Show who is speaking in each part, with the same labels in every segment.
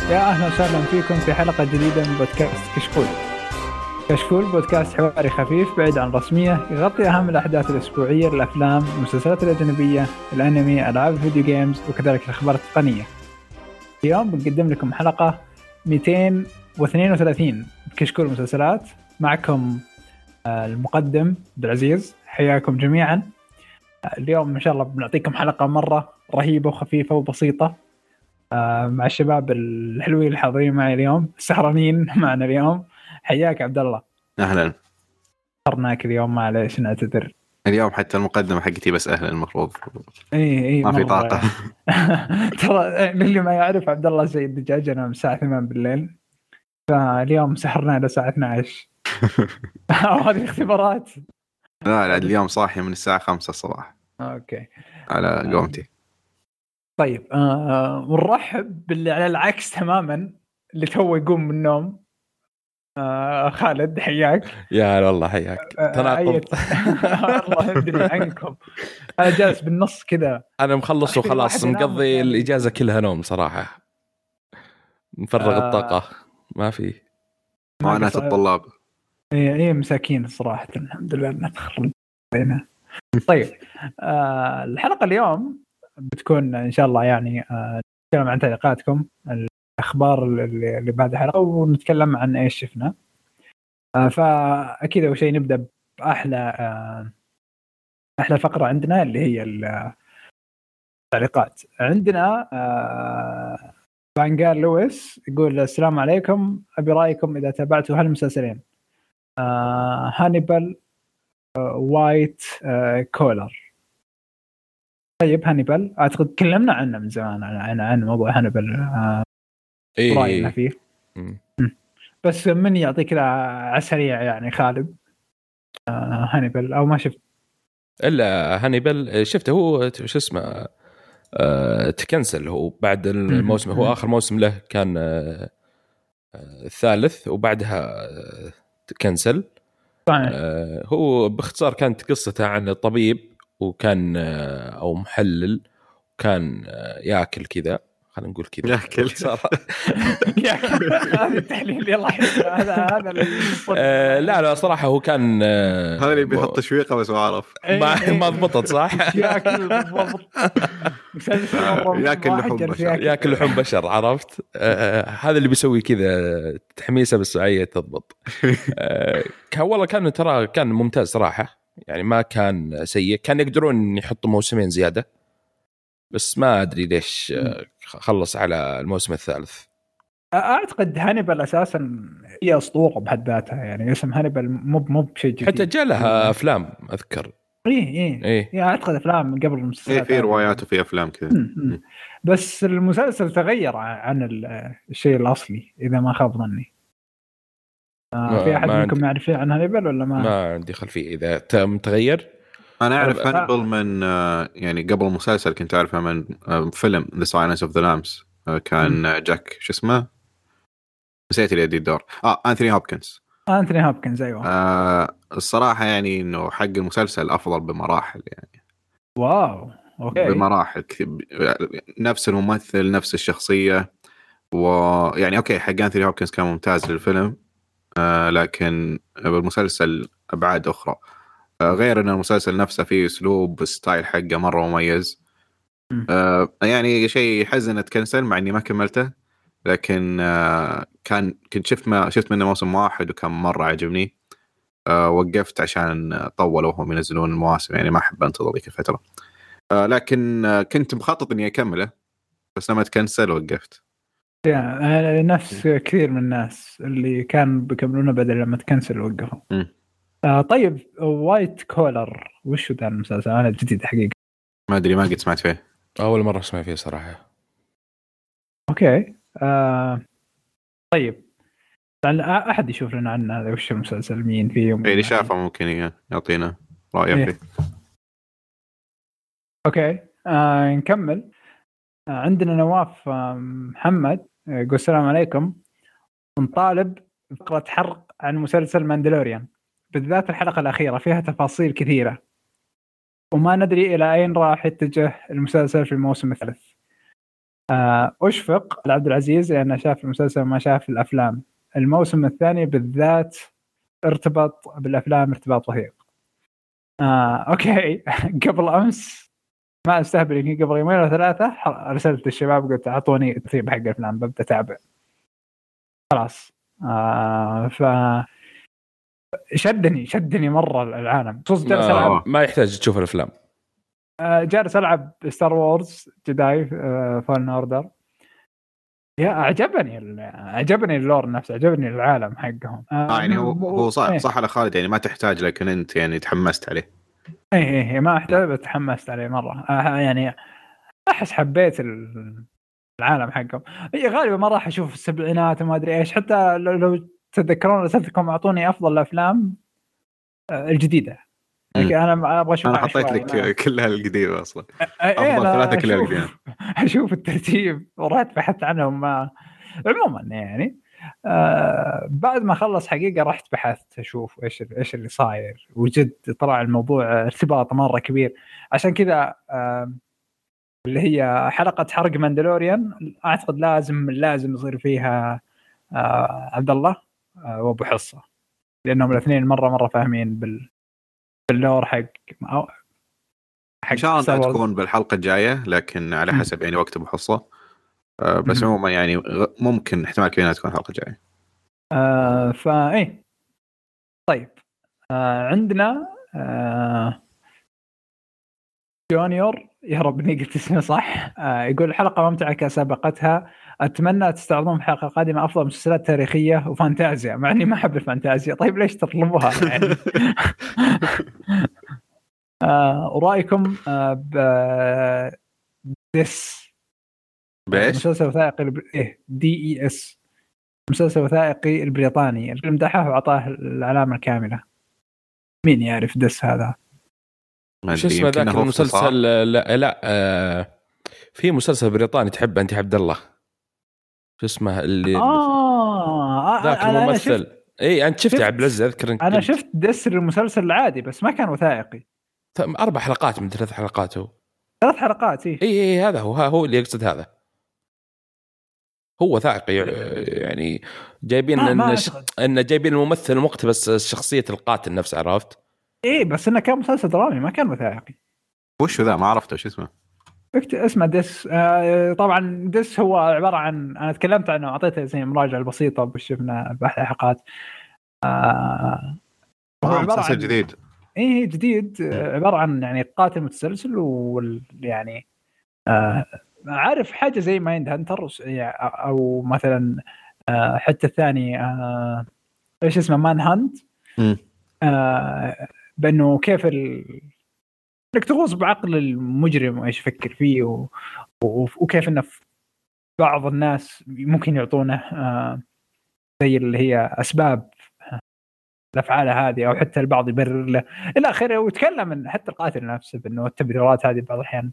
Speaker 1: يا أهلا وسهلا فيكم في حلقة جديدة من بودكاست كشكول. كشكول بودكاست حواري خفيف بعيد عن الرسمية، يغطي أهم الأحداث الأسبوعية للأفلام، المسلسلات الأجنبية، الأنمي، ألعاب الفيديو جيمز، وكذلك الأخبار التقنية. اليوم بنقدم لكم حلقة 232 بكشكول مسلسلات. معكم المقدم عبد العزيز، حياكم جميعا. اليوم إن شاء الله بنعطيكم حلقة مرة رهيبة وخفيفة وبسيطة مع الشباب الحلوين الحاضرين معي اليوم، السهرانين معنا اليوم. حياك عبد الله.
Speaker 2: اهلا.
Speaker 1: صرناك اليوم، معليش نعتذر.
Speaker 2: اليوم حتى المقدمه حقتي بس اهلا المفروض.
Speaker 1: اي
Speaker 2: ما في طاقه
Speaker 1: يعني. ترى للي ما يعرف، عبد الله زي الدجاج، انا من الساعه 8 بالليل، فاليوم سهرنا لساعه 12. هذه اختبارات.
Speaker 2: لا اليوم صاحي من الساعه 5 الصباح
Speaker 1: اوكي
Speaker 2: على قومتي.
Speaker 1: طيب ونرحب باللي على العكس تماما، اللي تو يقوم من النوم. خالد، حياك.
Speaker 3: يا والله حياك. تناقض.
Speaker 1: الله يدري عنكم، انا جالس بالنص كذا،
Speaker 3: انا مخلص وخلاص، مقضي الاجازه كلها نوم صراحه، مفرغ الطاقه ما في
Speaker 2: معاناة الطلاب.
Speaker 1: ايه مساكين صراحه، الحمد لله اننا تخرجنا. طيب الحلقه اليوم بتكون ان شاء الله يعني نتكلم عن تعليقاتكم، الاخبار اللي بعد الحلقه، ونتكلم عن ايش شفنا. فاكيد اول شيء نبدا باحلى احلى فقره عندنا، اللي هي التعليقات. عندنا فانجال لويس يقول السلام عليكم، ابي رايكم اذا تابعتوا هالمسلسلين هانيبال وايت كولر. طيب هانيبال اعتقد تكلمنا عنه من زمان، عن موضوع هانيبال، راينا فيه. بس من يعطي كذا على السريع يعني خالد، هانيبال او ما شفت؟
Speaker 3: الا هانيبال شفته، هو شو اسمه تكنسل هو بعد الموسم، هو اخر موسم له كان الثالث، وبعدها تكنسل. هو باختصار كانت قصته عن طبيب، وكان او محلل، كان ياكل كذا، خلينا نقول كذا
Speaker 2: ياكل
Speaker 1: هذا التحليل. يلا هذا
Speaker 3: لا صراحه هو كان
Speaker 2: هذا اللي بيحط تشويقه بس ما اعرف
Speaker 3: ما ضبطت صح.
Speaker 1: ياكل بالضبط،
Speaker 3: ياكل لحوم بشر، عرفت؟ هذا اللي بيسوي كذا تحميسه بالسعيه تضبط. والله كان ترى كان ممتاز صراحه، يعني ما كان سيء، كان يقدرون يحطوا موسمين زياده، بس ما ادري ليش خلص على الموسم الثالث.
Speaker 1: اعتقد هانيبال اساسا هي اسطوره بحد ذاتها، يعني اسم هانيبال مو بشيء جديد،
Speaker 3: حتى جاء لها افلام اذكر.
Speaker 1: ايه اعتقد افلام من قبل المسلسلات.
Speaker 2: في روايات وفي افلام كذا،
Speaker 1: بس المسلسل تغير عن الشيء الاصلي اذا ما خاب ظني. في احد منكم يعرف عن هانيبال ولا
Speaker 3: ما عندي خلفيه اذا متغير.
Speaker 2: انا اعرف هانيبال من يعني قبل المسلسل كنت اعرفه من فيلم The Silence of the Lambs. كان جاك شو اسمه، نسيت اللي يدي الدور، أنثوني هوبكنز. أيوة. الصراحة يعني إنه حق المسلسل أفضل بمراحل، يعني
Speaker 1: واو أوكي.
Speaker 2: بمراحل نفس الممثل نفس الشخصية، ويعني أوكي حق أنثوني هوبكنز كان ممتاز للفيلم، لكن بالمسلسل أبعاد أخرى. غير أن المسلسل نفسه فيه أسلوب ستايل حقه مرة مميز. يعني شيء حزن أتكنسل مع إني ما كملته، لكن كنت شفت منه موسم واحد وكان مرة عجبني. وقفت عشان طولوا وهم ينزلون المواسم، يعني ما أحب أنتظر ذيك الفترة. لكن كنت مخطط إني أكمله، بس لما تكنسل وقفت.
Speaker 1: نفس كثير من الناس اللي كان بيكملونه بدل لما تكنسل وقفوا. طيب وايت كولر وشو ذا المسلسل؟ أنا جديد حقيقة،
Speaker 2: ما أدري، ما قد سمعت فيه،
Speaker 3: أول مرة أسمع فيه صراحة.
Speaker 1: أوكي طيب أحد يشوف لنا عنه هذا وش المسلسل، مين فيه؟
Speaker 2: اللي شافه ممكن يعطينا رأيه فيه.
Speaker 1: أوكي نكمل. عندنا نواف محمد يقول السلام عليكم، نطالب فقرة حرق عن مسلسل ماندلوريان، بالذات الحلقة الأخيرة فيها تفاصيل كثيرة، وما ندري إلى أين راح يتجه المسلسل في الموسم الثالث. أشفق لعبد العزيز لأنه شاف المسلسل ما شاف الأفلام. الموسم الثاني بالذات ارتبط بالأفلام ارتباط وثيق. أوكي. قبل أمس ما استهبل، يمكن قبل يومين أو ثلاثة أرسلت الشباب قلت أعطوني ترتيب حق الأفلام ببدأ أتابع خلاص. ف شدني مرة العالم.
Speaker 3: ما يحتاج تشوف الأفلام.
Speaker 1: جالس ألعب ستار وورز جداي فالن أوردر. يا عجبني اللور نفسه، عجبني العالم حقهم.
Speaker 2: يعني هو صح على خالد، يعني ما تحتاج، لكن أنت يعني تحمست عليه.
Speaker 1: إيه ما أحتاج، تحمست عليه مرة. يعني أحس حبيت العالم حقهم. غالبا ما راح أشوف السبعينات وما أدري إيش، حتى لو تذكرون رسالتكم أعطوني أفضل الأفلام الجديدة. لكن أنا أبغى أشوف.
Speaker 2: أنا حطيت لك كلها القديمة أصلا. أفضل ثلاثة كلها القديمة.
Speaker 1: أشوف الترتيب ورحت بحثت عنهم. عموما يعني بعد ما خلص حقيقة رحت بحثت أشوف إيش اللي صاير، وجد طلع الموضوع ارتباط مرة كبير. عشان كذا اللي هي حلقة حرق ماندلوريان أعتقد لازم يصير فيها عبد الله وأبو حصة، لأنهم الاثنين مرة فاهمين باللور حق
Speaker 2: إن شاء الله تكون بالحلقة الجاية، لكن على حسب يعني وقت أبو حصة. بس عموما يعني ممكن احتمال كبير تكون الحلقة الجاية.
Speaker 1: فايه طيب. عندنا جونيور، يا رب اني قلت اسمه صح. يقول الحلقة ممتعة كسابقتها، أتمنى تستعرضون في حلقة قادمة أفضل مسلسلات تاريخية وفانتازيا، مع إني ما أحب الفانتازيا. طيب ليش تطلبوها يعني؟ ورأيكم ديس مسلسل وثائقي DES مسلسل وثائقي البريطاني اللي مدحه وعطاه العلامة الكاملة. مين يعرف ديس هذا؟
Speaker 3: شو اسمه ذاك المسلسل؟ لا في مسلسل بريطاني تحب أنت عبد الله، شو اسمه اللي ذاك الممثل؟ اي انت شفت عبد العزيز؟ اذكر
Speaker 1: انا شفت ديس المسلسل العادي بس ما كان وثائقي.
Speaker 3: 4 حلقات من 3 حلقات. هو
Speaker 1: 3 حلقات.
Speaker 3: اي هذا هو اللي يقصد. هذا هو وثائقي يعني جايبين ان جايبين الممثل مقتبس شخصية القاتل نفسه، عرفت؟
Speaker 1: ايه بس انه كان مسلسل درامي ما كان وثائقي.
Speaker 2: وش ذا؟ ما عرفته. وش اسمه؟
Speaker 1: اسمه ديس. طبعا ديس هو عبارة عن، انا تكلمت عنه وعطيته زي مراجعة بسيطة وشفنا بحث حلقات.
Speaker 2: هو عبارة عن جديد.
Speaker 1: ايه جديد. عبارة عن يعني قاتل متسلسل، يعني عارف حاجة زي مايند هانتر او مثلا حتى الثاني ايش اسمه مان هانت. بانه كيف انك تغوص بعقل المجرم وايش يفكر فيه وكيف انه بعض الناس ممكن يعطونه زي اللي هي اسباب الافعال هذه، او حتى البعض يبرر له الى اخره، ويتكلم من حتى القاتل نفسه بانه التبريرات هذه بعض الاحيان.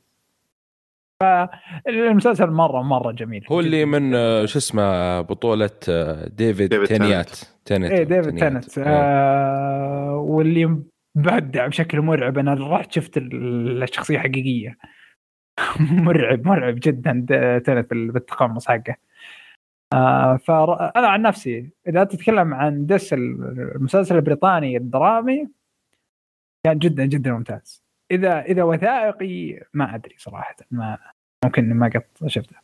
Speaker 1: فالمسلسل مره جميل.
Speaker 3: هو اللي من شو اسمه بطولة ديفيد تينيت.
Speaker 1: ديفيد تينيت. واللي بدع بشكل مرعب. انا رحت شفت الشخصيه حقيقيه. مرعب جدا تينيت بالتقمص حقه. فانا عن نفسي اذا تتكلم عن ديس المسلسل البريطاني الدرامي كان جدا ممتاز. اذا وثائقي ما ادري صراحه، ما ممكن ما قد شفته.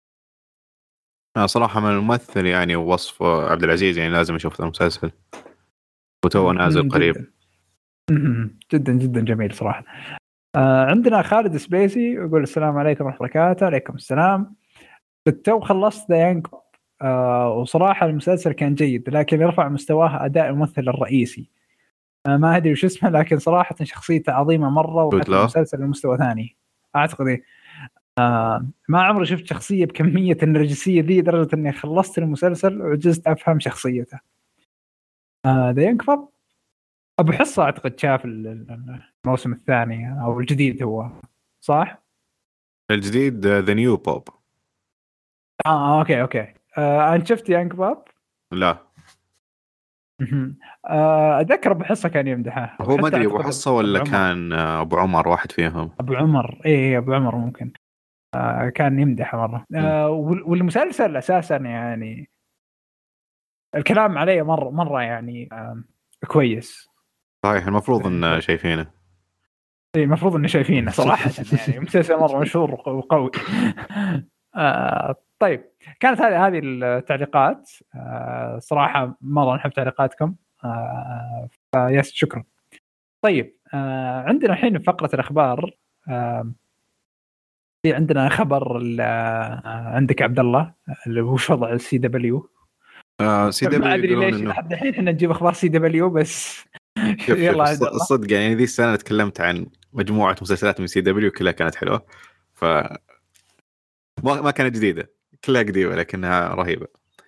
Speaker 2: صراحة من الممثل يعني ووصف عبد العزيز يعني لازم أشوف المسلسل، وتو نازل قريب.
Speaker 1: جدا جميل صراحة. عندنا خالد سبيسي يقول السلام عليكم ورحمة الله وبركاته. عليكم السلام. بالتو خلصت ذا يانج وصراحة المسلسل كان جيد، لكن يرفع مستواه أداء الممثل الرئيسي. ما أدري وش اسمه، لكن صراحة شخصيته عظيمة مرة، وحتى المسلسل المستوى ثاني أعتقد. ما عمري شفت شخصية بكمية النرجسية ذي، درجة أني خلصت المسلسل وعجزت أفهم شخصيته. ذا يانج باب أبو حصة أعتقد شاف الموسم الثاني أو الجديد، هو صح؟
Speaker 2: الجديد ذا نيو بوب.
Speaker 1: أوكي. أنت شفت يانج باب؟
Speaker 2: لا.
Speaker 1: أذكر أبو حصة كان يمدحه.
Speaker 2: هو ما أدري أبو حصة ولا كان أبو عمر، واحد فيهم.
Speaker 1: أبو عمر. إيه أبو عمر ممكن. كان يمدح مره. والمسلسل اساسا يعني الكلام عليه مره يعني كويس.
Speaker 2: صحيح، المفروض ان شايفينه.
Speaker 1: المفروض ان شايفينه صراحه يعني مسلسل مره مشهور وقوي. طيب، كانت هذه التعليقات. صراحه مره نحب تعليقاتكم. فيس شكرا. طيب، عندنا الحين في فقره الاخبار. في عندنا خبر عندك عبد الله اللي هو وضع السي دبليو.
Speaker 2: سي دبليو
Speaker 1: ما ادري ليش
Speaker 2: إنه
Speaker 1: لحد الحين احنا نجيب اخبار سي دبليو بس. يلا عبد الله.
Speaker 2: الصدق يعني ذي السنه تكلمت عن مجموعه مسلسلات من سي دبليو كلها كانت حلوه، ف ما كانت جديده، كلها قديمه لكنها رهيبه.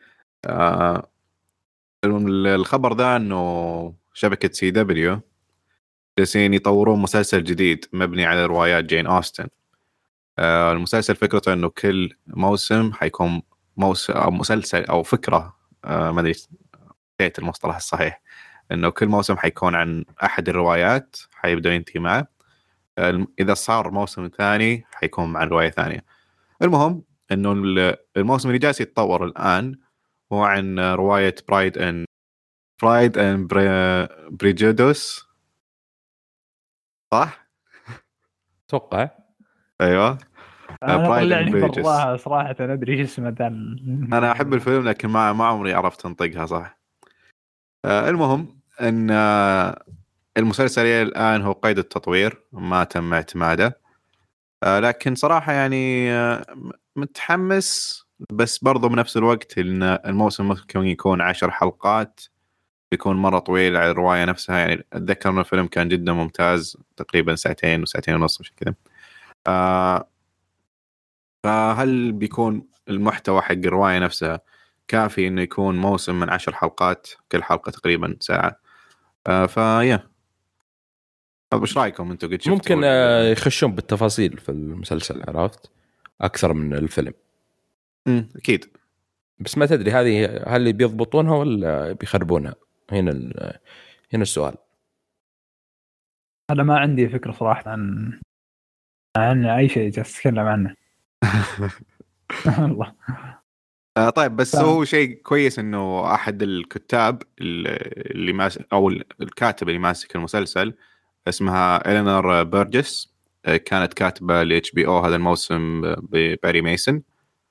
Speaker 2: الخبر ذا انه شبكه سي دبليو جالسين يطورون مسلسل جديد مبني على روايات جين أوستن. المسلسل فكرته انه كل موسم حيكون موسم او مسلسل او فكره، ما ادري نسيت المصطلح الصحيح، انه كل موسم حيكون عن احد الروايات حيبدا ينتهي معه. اذا صار موسم ثاني حيكون مع روايه ثانيه. المهم انه الموسم اللي جالس يتطور الان هو عن روايه برايد اند بريجودوس، صح؟
Speaker 3: اتوقع
Speaker 1: انا
Speaker 2: ايوه.
Speaker 1: طلعني براها صراحه، انا ادري ايش اسمه ذا.
Speaker 2: انا احب الفيلم لكن ما عمري عرفت انطقها صح. المهم ان المسلسل الان هو قيد التطوير، ما تم اعتماده. لكن صراحه يعني متحمس، بس برضو بنفس الوقت ان الموسم ممكن يكون 10 حلقات، بيكون مره طويل على الروايه نفسها. يعني اتذكر ان الفيلم كان جدا ممتاز، تقريبا ساعتين وساعتين ونص مش كذا. فهل بيكون المحتوى حق الرواية نفسها كافي إنه يكون موسم من 10 حلقات، كل حلقة تقريبا ساعة؟ فيا طب إيش رأيكم أنتوا؟ قد شفتوا؟
Speaker 3: ممكن يخشون بالتفاصيل في المسلسل، عرفت، أكثر من الفيلم.
Speaker 2: أكيد،
Speaker 3: بس ما تدري هذه هل بيضبطونها ولا بيخربونها؟ هنا السؤال.
Speaker 1: أنا ما عندي فكرة صراحة عن أي شيء جالس أتكلم عنه. الله.
Speaker 2: طيب، بس هو شيء كويس إنه أحد الكتاب اللي ماسك أو الكاتب اللي ماسك المسلسل اسمها إلينور بيرجس، كانت كاتبة ل HBO هذا الموسم بباري ميسن.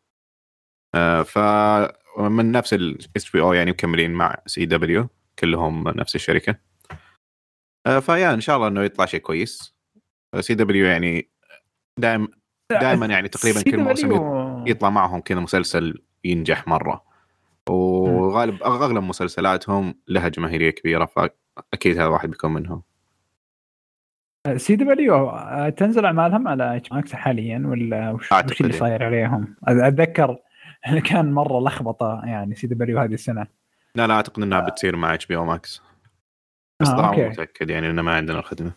Speaker 2: فمن نفس ال HBO يعني مكملين مع CW، كلهم نفس الشركة. فيا إن شاء الله إنه يطلع شيء كويس. CW يعني دائما يعني تقريبا كل موسم يطلع معهم كذا مسلسل ينجح مرة، وغالب أغلب مسلسلاتهم لها جماهيرية كبيرة، فأكيد هذا واحد بيكون منهم.
Speaker 1: CW تنزل أعمالهم على ماكس حاليا ولا وش اللي صاير عليهم؟ أتذكر كان مرة لخبطة يعني CW هذه السنة.
Speaker 2: لا أعتقد أنها بتصير مع HBO ماكس، بس طبعا مو متأكد يعني إنه ما عندنا الخدمة.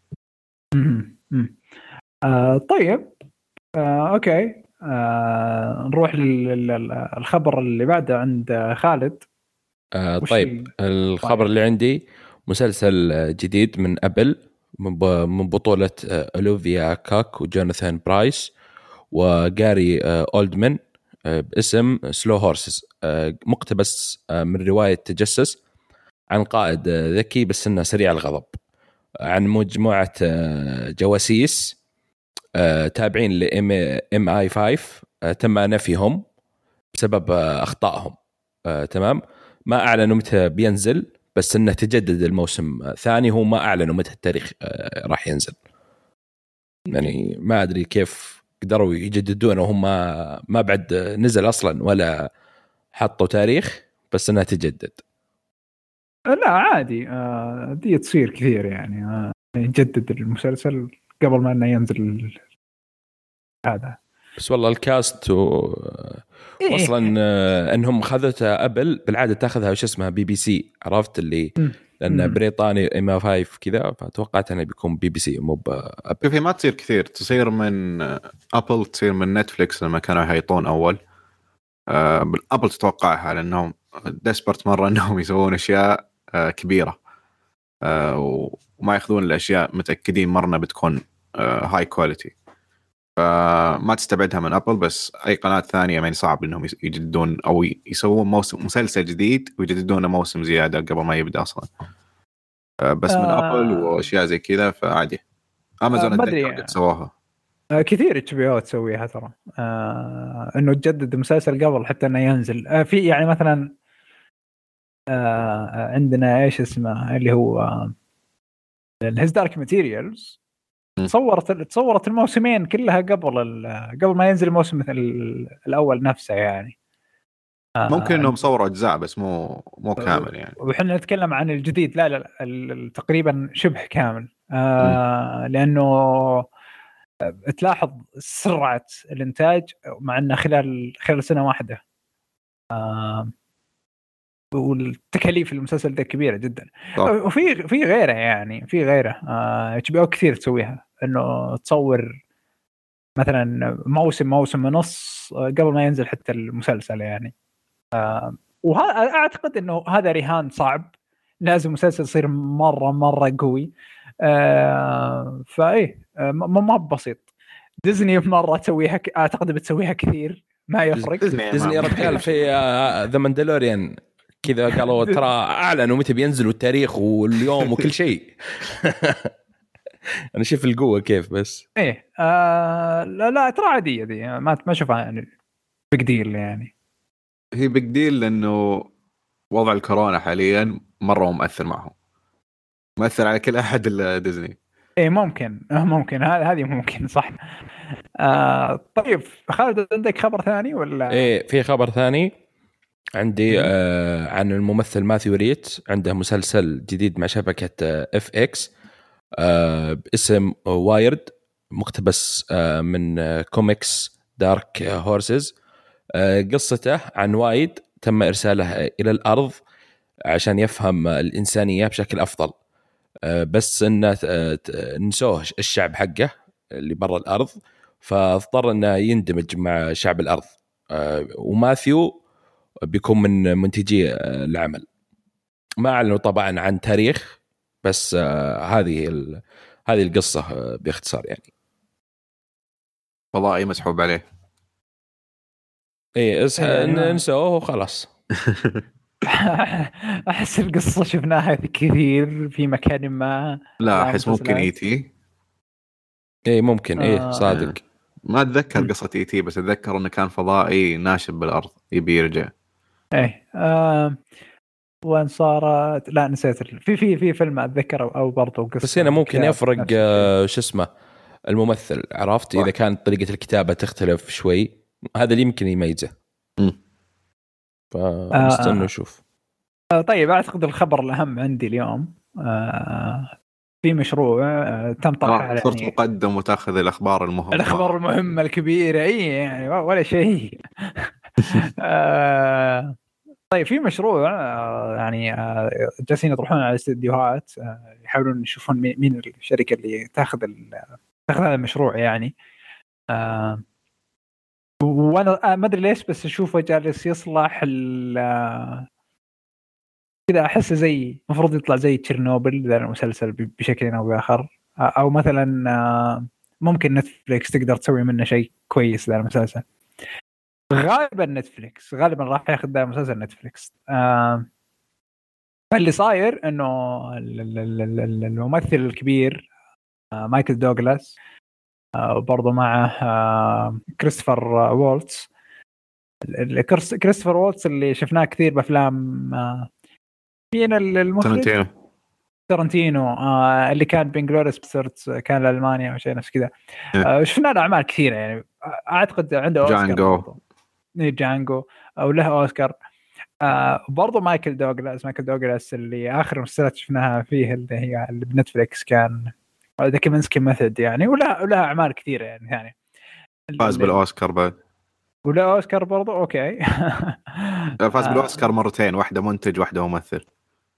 Speaker 1: طيب، أوكي. نروح للخبر اللي بعده عند خالد.
Speaker 3: طيب، الخبر اللي عندي مسلسل جديد من أبل، من بطولة أوليفيا كوك وجوناثان برايس وجاري أولدمان، باسم سلو هورسز، مقتبس من رواية تجسس عن قائد ذكي بس إنه سريع الغضب، عن مجموعة جواسيس تابعين ل MI5 تم نفيهم بسبب أخطائهم. تمام، ما أعلنوا متى بينزل، بس إنه تجدد الموسم ثاني، هو ما أعلنوا متى التاريخ راح ينزل. يعني ما أدري كيف قدروا يجددونه وهم ما بعد نزل أصلا ولا حطوا تاريخ، بس إنها تجدد.
Speaker 1: لا عادي، دي تصير كثير يعني، يجدد المسلسل قبل ما إنه ينزل هذا.
Speaker 3: بس والله الكاست اصلا انهم خذتها ابل، بالعاده تاخذها وش اسمها BBC، عرفت اللي لان بريطاني MI5 كذا، فتوقعت انه بيكون BBC مو بابل.
Speaker 2: في ما تصير كثير، تصير من ابل، تصير من نتفليكس لما كانوا يهيطون اول. ابل تتوقعها لانهم ديسبرت مره انهم يسوون اشياء كبيره، وما ياخذون الاشياء متاكدين مرنا بتكون هاي كواليتي. فما تستبعدها من ابل، بس اي قناه ثانيه يعني صعب انهم يجددون او يسوون مسلسل جديد ويجددونه موسم زياده قبل ما يبدا اصلا. بس من ابل واشياء زي كذا فعادي. امازون اتذكر قد سواها
Speaker 1: كثير HBO تسويها ترى، انه تجدد مسلسل قبل حتى انه ينزل. في يعني مثلا عندنا ايش اسمه اللي هو His Dark Materials، تصورت الموسمين كلها قبل ما ينزل الموسم الاول نفسه يعني.
Speaker 2: ممكن انهم صوروا اجزاء بس مو كامل يعني.
Speaker 1: وحنا نتكلم عن الجديد، لا تقريبا شبه كامل. لانه تلاحظ سرعه الانتاج مع انه خلال سنه واحده. والتكاليف المسلسل ده كبيرة جدا. وفي غيره يعني، في غيره HBO كثير تسويها، انه تصور مثلا موسم ونص قبل ما ينزل حتى المسلسل يعني. وهذا اعتقد انه هذا رهان صعب، لازم مسلسل يصير مرة قوي. فايه ما بسيط. ديزني مرة تسويها، اعتقد بتسويها كثير، ما يفرق.
Speaker 3: ديزني رجال في ذا ماندلوريان كذا قالوا ترى اعلنوا متى بينزل والتاريخ واليوم وكل شيء. انا شوف القوه كيف بس.
Speaker 1: ايه لا ترى عاديه دي، ما اشوفها يعني بيج ديل يعني.
Speaker 2: هي بيج ديل لانه وضع الكورونا حاليا مره مؤثر معهم، مؤثر على كل احد الا ديزني.
Speaker 1: ايه ممكن هذه ممكن صح. طيب خالد، عندك خبر ثاني ولا؟
Speaker 3: ايه في خبر ثاني عندي عن الممثل ماثيو ريت. عنده مسلسل جديد مع شبكة FX باسم وايرد، مقتبس من كوميكس دارك هورسز. قصته عن وايد تم إرساله إلى الأرض عشان يفهم الإنسانية بشكل أفضل، بس إنه نسوه الشعب حقه اللي برا الأرض، فاضطر إنه يندمج مع شعب الأرض. وماثيو بيكون من منتجي العمل. ما أعلنوا طبعا عن تاريخ، بس هذه القصة باختصار يعني.
Speaker 2: والله مسحوب عليه.
Speaker 3: ايه نسوه وخلاص.
Speaker 1: احس القصة شفناها كثير في مكان ما.
Speaker 2: لا احس ممكن ايتي.
Speaker 3: ايه ممكن ايه صادق.
Speaker 2: ما اتذكر قصة ايتي، بس اتذكر انه كان فضائي ناشب بالارض يبي يرجع.
Speaker 1: ايه وين صارت، لا نسيت. في فيلم اتذكر او برضه قصة.
Speaker 3: بس هنا ممكن يفرق شو اسمه الممثل، عرفت؟ اذا كانت طريقة الكتابة تختلف شوي، هذا اللي يمكن يميزه. فنستنى نشوف.
Speaker 1: طيب اعتقد الخبر الاهم عندي اليوم في مشروع تم طرحه.
Speaker 2: صرت يعني مقدم وتاخذ الاخبار المهمه
Speaker 1: الكبيره، اي يعني ولا شيء. طيب في مشروع يعني جالسين يطرحون على الاستديوهات، يحاولون يشوفون مين الشركه اللي تاخذ هذا المشروع يعني. وانا ما ادري ليش، بس اشوفه جالس يصلح كذا، احسه زي المفروض يطلع زي تشيرنوبل ذا المسلسل بشكل او باخر، او مثلا ممكن نتفليكس تقدر تسوي منه شيء كويس ذا المسلسل. غالبا راح ياخذ ذا المسلسل نتفليكس. فاللي صاير انه الممثل الكبير مايكل دوغلاس، وبرضه معه كريستوفر وولتز. كريستوفر وولتز اللي شفناه كثير بافلام مين المخرج؟ تارانتينو. اللي كان بنجلوريس بسرت، كان لألمانيا او شيء نفس كذا. شفنا له اعمال كثيره يعني. اعتقد عنده اوسكار جانجو او له اوسكار. برضو مايكل دوغلاس اللي اخر مسلسلات شفناها فيه اللي هي اللي بنتفليكس كان ذا كيمنسكي ميثود يعني، ولا اعمال كثيره يعني
Speaker 2: فاز بالاوسكار بعد،
Speaker 1: ولا اوسكار برضو. اوكي.
Speaker 2: فاز بالاوسكار مرتين، واحده منتج واحده ممثل.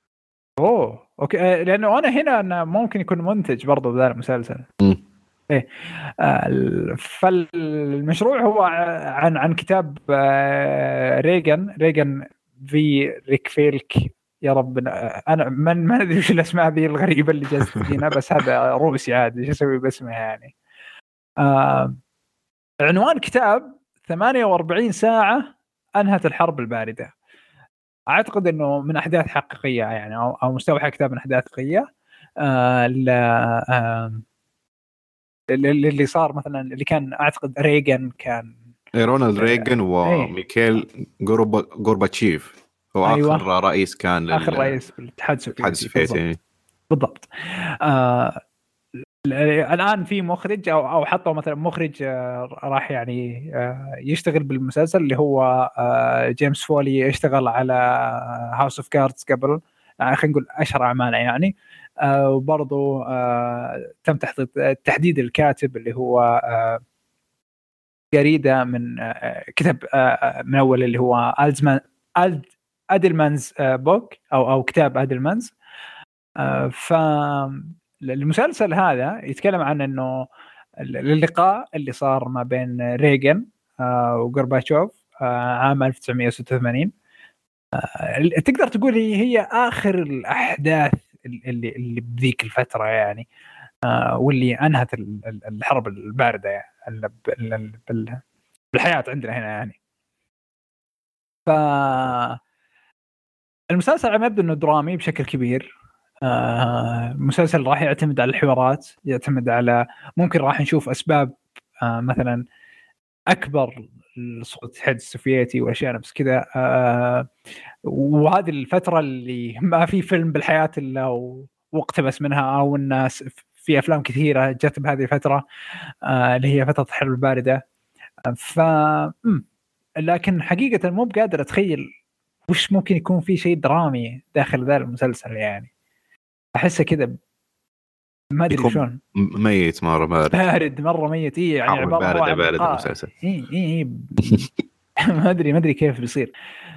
Speaker 1: اوكي. لانه انا ممكن يكون منتج برضو بهذا المسلسل. ايه. فالمشروع هو عن كتاب ريغان في ريكفيلك. يا رب انا ما ادري وش الاسماء ذي الغريبه اللي جالسه تجينا، بس هذا روسي عادي، ايش اسوي باسمه يعني. عنوان كتاب 48 ساعة أنهت الحرب الباردة. أعتقد أنه من أحداث حقيقية يعني أو مستوحى كتاب من أحداث حقيقية. اللي صار مثلا اللي كان أعتقد ريغان كان
Speaker 2: رونالد ريغان وميكيل غورباتشيف هو
Speaker 1: أيوة.
Speaker 2: آخر رئيس كان
Speaker 1: آخر رئيس بالاتحاد السوفيتي بالضبط. الآن في مخرج أو حطوا مثلا مخرج راح يعني يشتغل بالمسلسل اللي هو جيمس فولي، يشتغل على هاوس اوف كاردز قبل، خلينا نقول أشهر أعماله يعني. وبرضو تم تحديد الكاتب اللي هو جريدة من كتب من أول اللي هو أدلمانز بوك أو كتاب أدلمانز. فالمسلسل هذا يتكلم عن أنه اللقاء اللي صار ما بين ريغان وغورباتشوف عام 1986. تقدر تقول هي آخر الأحداث اللي بذيك الفترة يعني، واللي أنهت الحرب الباردة يعني بالحياة عندنا هنا يعني. فالمسلسل عم يبدو أنه درامي بشكل كبير. مسلسل راح يعتمد على الحوارات، يعتمد على ممكن راح نشوف أسباب مثلا أكبر لسقوط الاتحاد السوفيتي وأشياء نفس كذا. وهذه الفترة اللي ما في فيلم بالحياة إلا واقتبس منها، أو الناس في أفلام كثيرة جت بهذه الفترة اللي هي فترة الحرب الباردة. لكن حقيقة مو بقادر أتخيل وش ممكن يكون في شيء درامي داخل ذا المسلسل يعني. أحسه كده ما أدري شلون
Speaker 2: ميت مرة
Speaker 1: بارد مرة ميت يعني عبارة عن
Speaker 2: بارد المسلسل.
Speaker 1: ما أدري كيف بيصير.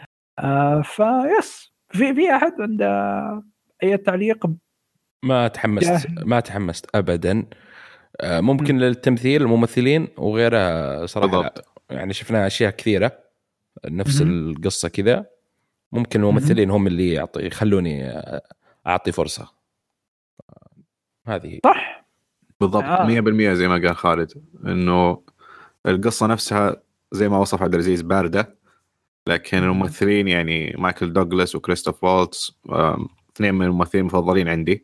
Speaker 1: فيس في أحد عنده أي تعليق؟
Speaker 3: ما تحمست أبدا. ممكن للتمثيل الممثلين وغيرها صراحة يعني شفنا أشياء كثيرة نفس القصة كذا. ممكن الممثلين هم اللي يخلوني أعطي فرصة. هذه
Speaker 1: صح
Speaker 2: بالضبط 100% زي ما قال خالد، إنه القصة نفسها زي ما وصف عبد العزيز باردة، لكن الممثلين يعني مايكل دوغلاس وكريستوف والتز اثنين من الممثلين المفضلين عندي،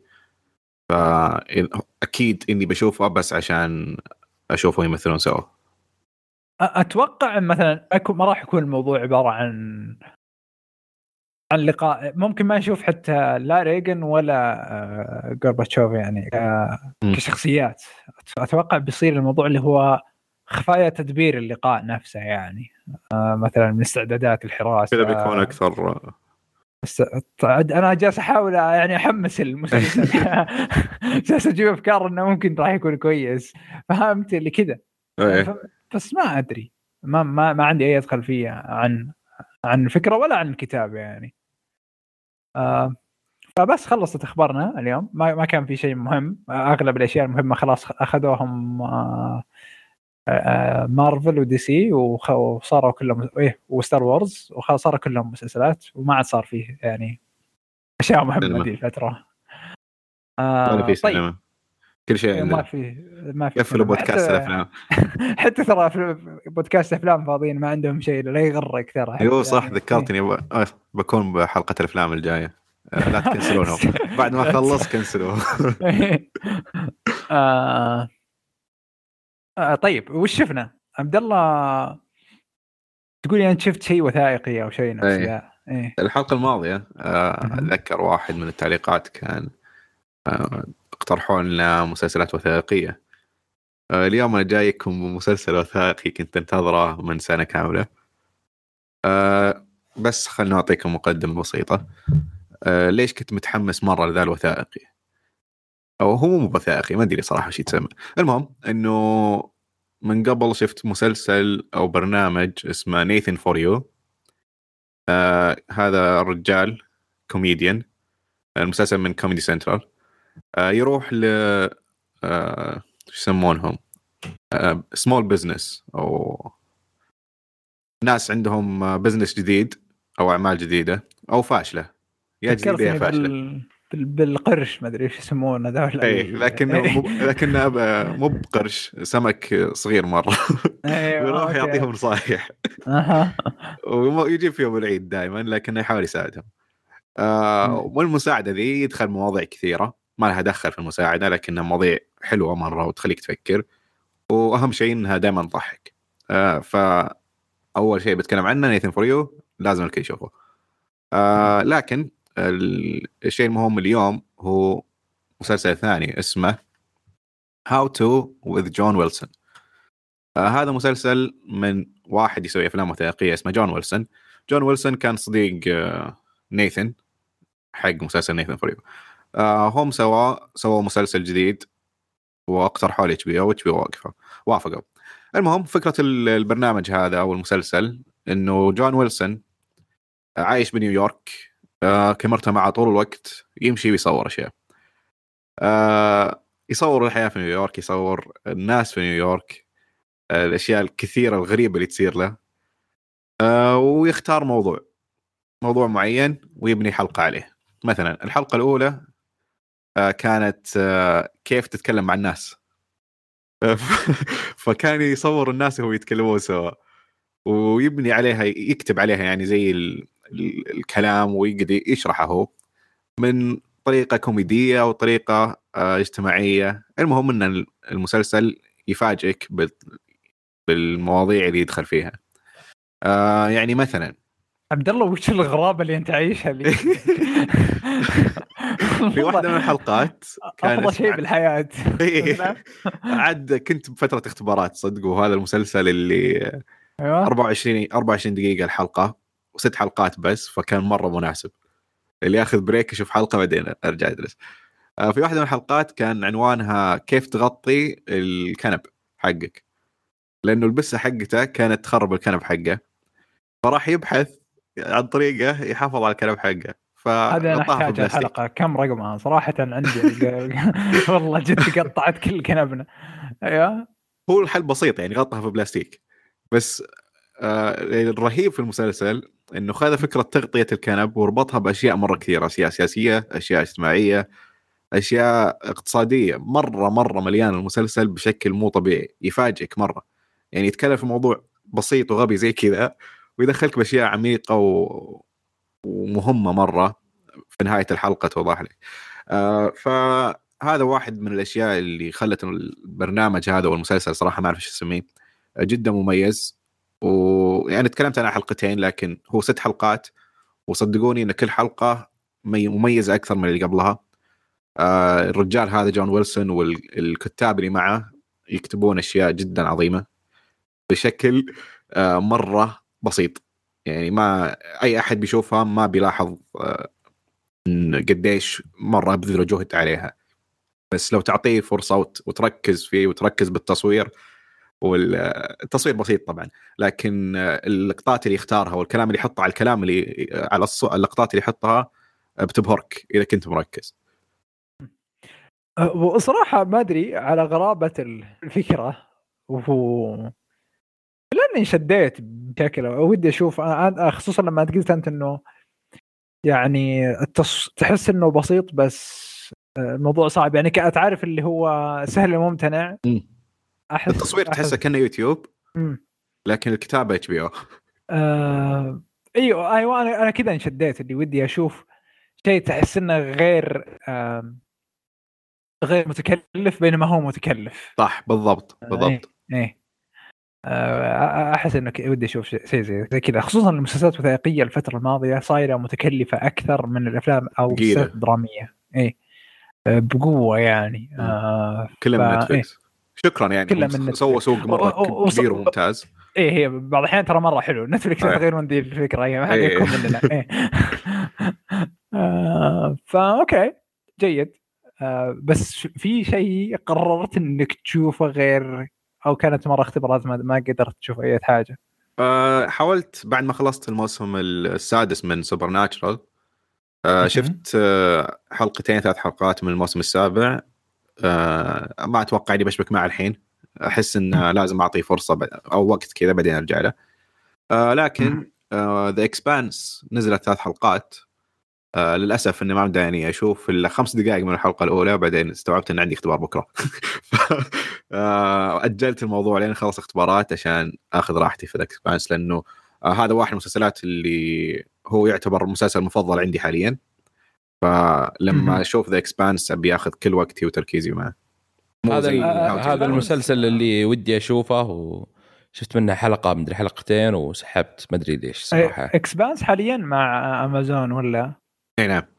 Speaker 2: فأكيد إني بشوفه بس عشان أشوفه يمثلون سوا.
Speaker 1: أتوقع مثلا ما راح يكون الموضوع عبارة عن لقاء، ممكن ما نشوف حتى لا ريغن ولا غورباتشوف يعني كشخصيات. أتوقع بيصير الموضوع اللي هو خفايا تدبير اللقاء نفسه يعني، مثلا من استعدادات الحراسة
Speaker 2: كذا بيكون أكثر.
Speaker 1: أنا جالس أحاول يعني أحمس المسلسل جالس أجيب أفكار إنه ممكن راح يكون كويس، فهمت اللي كذا. بس ما أدري، ما عندي أي خلفية عن الفكرة ولا عن الكتاب يعني. فبس خلصت أخبارنا اليوم، ما كان في شيء مهم. أغلب الأشياء المهمة خلاص أخذوهم مارفل ودي سي وصاروا كلهم وستار وورز، وخلاص صاروا كلهم مسلسلات، وما عاد صار فيه يعني أشياء مهمة دي الفترة.
Speaker 2: ولا في سينما، كل شيء
Speaker 1: ما في
Speaker 2: يقفلوا بودكاست الأفلام.
Speaker 1: حتى ترى في بودكاست أفلام فاضيين ما عندهم شيء، لا يغرك ترى.
Speaker 2: أيوه صح يعني ذكرتني بكون بحلقة الأفلام الجاية، لا تكنسلونهم بعد ما خلص كنسلوه.
Speaker 1: طيب وش شفنا عبد الله؟ تقول يعني شفت شيء وثائقي او شيء نفس ذا؟
Speaker 2: الحلقه الماضيه اتذكر واحد من التعليقات كان اقترحوا لنا مسلسلات وثائقيه. اليوم انا جايكم بمسلسل وثائقي كنت انتظره من سنه كامله. بس خلنا نعطيكم مقدمه بسيطه. ليش كنت متحمس مره لذا الوثائقي، او هو مو وثائقي ما ادري صراحه شو يتسمى. المهم انه من قبل شفت مسلسل او برنامج اسمه نيثن فور يو. هذا الرجال كوميديان، المسلسل من كوميدي سنترال. يروح ل شو يسمونهم سمول بزنس، او ناس عندهم بزنس جديد او اعمال جديده او فاشله، يا جديده يا فاشله.
Speaker 1: بالقرش ما ادري ايش يسمونه ذول.
Speaker 2: اي لكنه مو بقرش، سمك صغير مره. ويروح يعطيهم نصايح ويجيب فيهم العيد دائما، لكنه يحاول يساعدهم. والمساعده ذي يدخل مواضيع كثيره ما لها دخل في المساعده، لكنها مواضيع حلوه مره وتخليك تفكر، واهم شيء انها دائما تضحك. فاول شيء بتكلم عنه نيثن فور يو، لازم الكل يشوفه. لكن الشيء المهم اليوم هو مسلسل ثاني اسمه How to with John Wilson. هذا مسلسل من واحد يسوي أفلام وثائقية اسمه جون ويلسون. جون ويلسون كان صديق نيثن حق مسلسل نيثن فور يو. هم سوا مسلسل جديد واقترحوا لي HBO وافقوا. المهم فكرة البرنامج هذا أو المسلسل إنه جون ويلسون عايش بنيويورك، كاميرته معه طول الوقت يمشي ويصور أشياء، يصور الحياة في نيويورك، يصور الناس في نيويورك، الأشياء الكثيرة الغريبة اللي تصير له، ويختار موضوع معين ويبني حلقة عليه. مثلا الحلقة الأولى كانت كيف تتكلم مع الناس. فكان يصور الناس وهو يتكلمون سوا ويبني عليها، يكتب عليها يعني زي الكلام، ويقدر يشرحه هو من طريقة كوميدية أو طريقة اجتماعية. المهم أن المسلسل يفاجئك بالمواضيع اللي يدخل فيها. يعني مثلا
Speaker 1: عبد الله وش الغرابة اللي أنت عايشها لي؟
Speaker 2: في واحدة من الحلقات
Speaker 1: كان أفضل شيء بالحياة.
Speaker 2: عاد كنت بفترة اختبارات صدق، وهذا المسلسل اللي 24 دقيقة الحلقة و6 حلقات بس، فكان مرة مناسب اللي ياخذ بريك يشوف حلقة بعدين أرجع أدرس. في واحدة من الحلقات كان عنوانها كيف تغطي الكنب حقك، لأنه البسة حقته كانت تخرب الكنب حقه، فراح يبحث عن طريقة يحافظ على الكنب حقه.
Speaker 1: هذا نحتاج الحلقة كم رقمها صراحة عندي. والله جد قطعت كل كنبنا. أيوة
Speaker 2: هو الحل بسيط يعني غطها في بلاستيك بس. الرهيب في المسلسل انه خذ فكرة تغطية الكنب وربطها باشياء مرة كثيرة، اشياء سياسية، اشياء اجتماعية، اشياء اقتصادية. مرة مليان المسلسل بشكل مو طبيعي، يفاجئك مرة. يعني يتكلم في موضوع بسيط وغبي زي كذا ويدخلك باشياء عميقة ومهمة مرة في نهاية الحلقة توضح لك. فهذا واحد من الاشياء اللي خلت البرنامج هذا والمسلسل صراحة ما اعرف ايش اسميه جدا مميز. ويعني تكلمت عن حلقتين لكن هو 6 حلقات، وصدقوني ان كل حلقة مميزة اكثر من اللي قبلها. الرجال هذا جون ويلسون والكتاب اللي معه يكتبون اشياء جدا عظيمة بشكل مرة بسيط، يعني ما اي احد بيشوفها ما بيلاحظ قديش مرة بذلوا جهد عليها. بس لو تعطيه فرصة وتركز فيه وتركز بالتصوير، والتصوير بسيط طبعا، لكن اللقطات اللي يختارها والكلام اللي يحطه على الكلام اللي على اللقطات اللي يحطها بتبهرك إذا كنت مركز.
Speaker 1: وصراحة ما أدري على غرابة الفكرة لأني شديت بشكل ودي أشوف أنا خصوصا لما قلت أنت إنه يعني تحس إنه بسيط بس الموضوع صعب، يعني تعرف اللي هو سهل وممتنع.
Speaker 2: التصوير تحسه كأنه يوتيوب لكن الكتابة HBO.
Speaker 1: أيوة أنا كذا انشديت اللي ودي أشوف شيء تحس إنه غير متكلف بينما هو متكلف.
Speaker 2: صح بالضبط.
Speaker 1: إيه. أحس إنه ودي أشوف شيء زي كذا، خصوصا المسلسلات الوثائقية الفترة الماضية صايرة متكلفة أكثر من الأفلام أو المسلسلات الدرامية. إيه بقوة يعني.
Speaker 2: كلها من نتفلكس. شكرا يعني سووا سوق مرة كبير وممتاز.
Speaker 1: إيه هي بعض الأحيان ترى مرة حلو نتفلكس تغير من دي الفكرة هي ما حد يكون مننا. إيه. فأوكي جيد. بس في شيء قررت إنك تشوفه غير أو كانت مرة اختبارات ما قدرت تشوف أي حاجة؟
Speaker 2: حاولت بعد ما خلصت الموسم السادس من سوبر ناتشرال. شفت 2-3 حلقات من الموسم السابع. ما أتوقع إني بشبك معه الحين، أحس إن لازم أعطيه فرصة أو وقت كذا بعدين أرجع له. لكن The Expanse نزلت 3 حلقات للاسف اني ما مداني اشوف الا 5 دقائق من الحلقه الاولى، وبعدين استوعبت ان عندي اختبار بكره. اجلت الموضوع لين خلص اختبارات عشان اخذ راحتي في الاكسبانس، لانه هذا واحد من المسلسلات اللي هو يعتبر المسلسل المفضل عندي حاليا. فلما اشوف ذا اكسبانس ابي اخذ كل وقتي وتركيزي معه.
Speaker 3: هذا المسلسل اللي ودي اشوفه، وشفت منه حلقه مدري حلقتين وسحبت ما ادري ليش صراحه.
Speaker 1: اكسبانس حاليا مع امازون ولا؟
Speaker 2: اي نعم.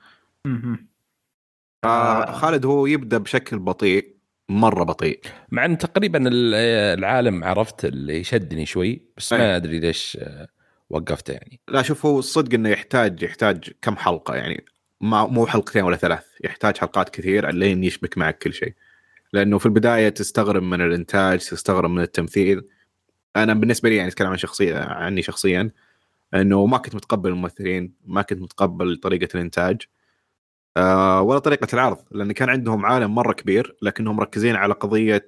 Speaker 2: خالد هو يبدا بشكل بطيء، مره بطيء،
Speaker 3: مع ان تقريبا العالم عرفت اللي يشدني شوي، بس ما ادري ليش وقفته يعني.
Speaker 2: لا شوف، هو الصدق انه يحتاج كم حلقه يعني، مو حلقتين ولا 3، يحتاج حلقات كثير لين يشبك معك كل شيء. لانه في البدايه تستغرب من الانتاج، تستغرب من التمثيل. انا بالنسبه لي يعني اتكلم عني شخصيا، انه ما كنت متقبل الممثلين، ما كنت متقبل طريقه الانتاج ولا طريقه العرض، لان كان عندهم عالم مره كبير لكنهم مركزين على قضيه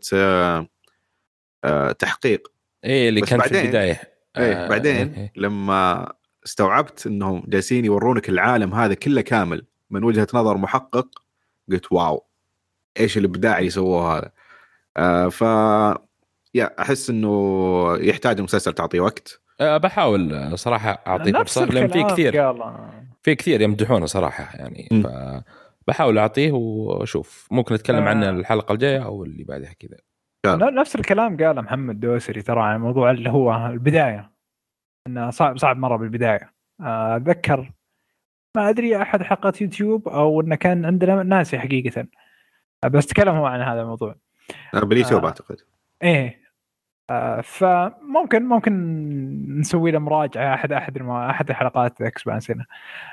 Speaker 2: تحقيق.
Speaker 3: اللي كان في البدايه.
Speaker 2: بعدين لما استوعبت انهم جالسين يورونك العالم هذا كله كامل من وجهة نظر محقق، قلت واو ايش الابداع اللي سووه هذا. ف احس انه يحتاج المسلسل تعطيه وقت.
Speaker 3: بحاول صراحه اعطيه فرصه، لان في كثير يمدحونه صراحه يعني. فبحاول اعطيه واشوف، ممكن نتكلم عنه الحلقه الجايه او اللي بعدها كذا.
Speaker 1: نفس الكلام قال محمد دوسري ترى عن الموضوع اللي هو البدايه، انه صعب مره بالبدايه. اتذكر ما ادري احد حلقات يوتيوب او انه كان عندنا ناسي حقيقه، بس تكلم هو عن هذا الموضوع
Speaker 2: باليوتيوب اعتقد.
Speaker 1: ايه فممكن نسوي له مراجعه احد الحلقات اكسبانسنا.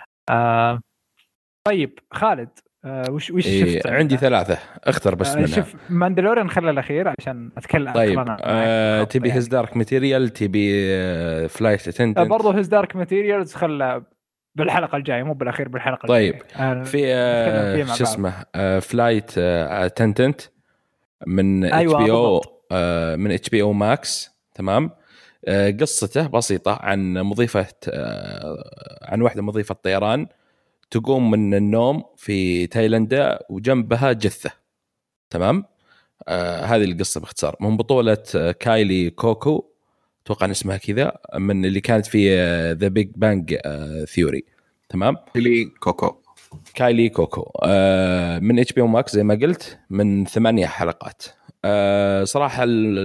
Speaker 1: طيب خالد، وش شفت؟
Speaker 3: عندي 3 اختر بس منها.
Speaker 1: شوف ماندلوريان خلى الاخير عشان اتكلم.
Speaker 3: طيب تبي هيز دارك ماتيريال، تبي فلايت اتندنت؟
Speaker 1: برضو هيز دارك ماتيريالز خلى بالحلقه الجايه، مو بالاخير، بالحلقه
Speaker 3: طيب
Speaker 1: الجايه.
Speaker 3: في شو اسمه فلايت اتندنت من
Speaker 1: أيوة
Speaker 3: HBO من HBO ماكس. تمام. قصته بسيطه عن مضيفه عن واحده مضيفه طيران تقوم من النوم في تايلاندا وجنبها جثة. تمام. هذه القصة باختصار، من بطولة كايلي كوكو، توقع اسمها كذا، من اللي كانت في ذا بيج بانج ثيوري. تمام. كايلي كوكو من HBO ماكس زي ما قلت، من 8 حلقات. صراحة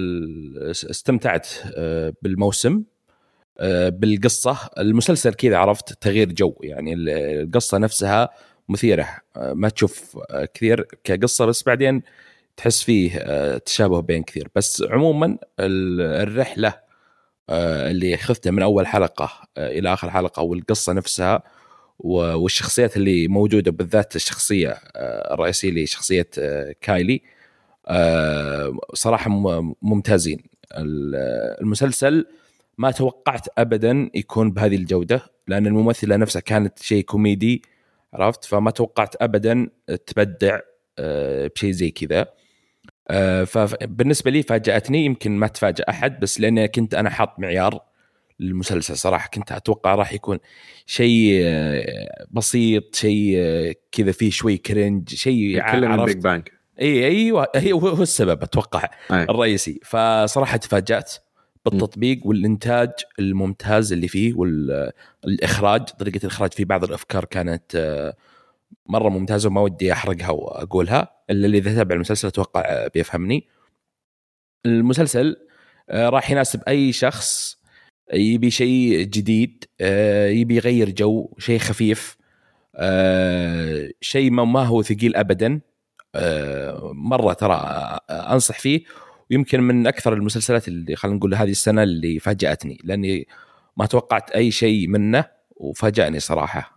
Speaker 3: استمتعت بالموسم، بالقصة. المسلسل كذا عرفت تغيير جو يعني، القصة نفسها مثيرة، ما تشوف كثير كقصة، بس بعدين تحس فيه تشابه بين كثير. بس عموما الرحلة اللي أخذتها من أول حلقة إلى آخر حلقة، والقصة نفسها والشخصيات اللي موجودة، بالذات الشخصية الرئيسية اللي شخصية كايلي، صراحة ممتازين. المسلسل ما توقعت أبدا يكون بهذه الجودة، لأن الممثلة نفسها كانت شيء كوميدي عرفت، فما توقعت أبدا تبدع بشيء زي كذا. فبالنسبة لي فاجأتني، يمكن ما تفاجأ أحد، بس لأن كنت أنا حاط معيار للمسلسل صراحة، كنت أتوقع راح يكون شيء بسيط، شيء كذا فيه شوي كرنج، شيء
Speaker 2: عرفت بيج بانج.
Speaker 3: أيوة هو السبب أتوقع الرئيسي. فصراحة تفاجأت بالتطبيق والإنتاج الممتاز اللي فيه، والإخراج، طريقة الإخراج في بعض الأفكار كانت مرة ممتازة، وما ودي أحرقها وأقولها إلا اللي إذا تابع المسلسل أتوقع بيفهمني. المسلسل راح يناسب أي شخص يبي شيء جديد، يبي يغير جو، شيء خفيف، شيء ما هو ثقيل أبدا. مرة ترى أنصح فيه، ويمكن من أكثر المسلسلات اللي خلينا نقول هذه السنة اللي فاجأتني، لأني ما توقعت أي شيء منه وفاجأني صراحة.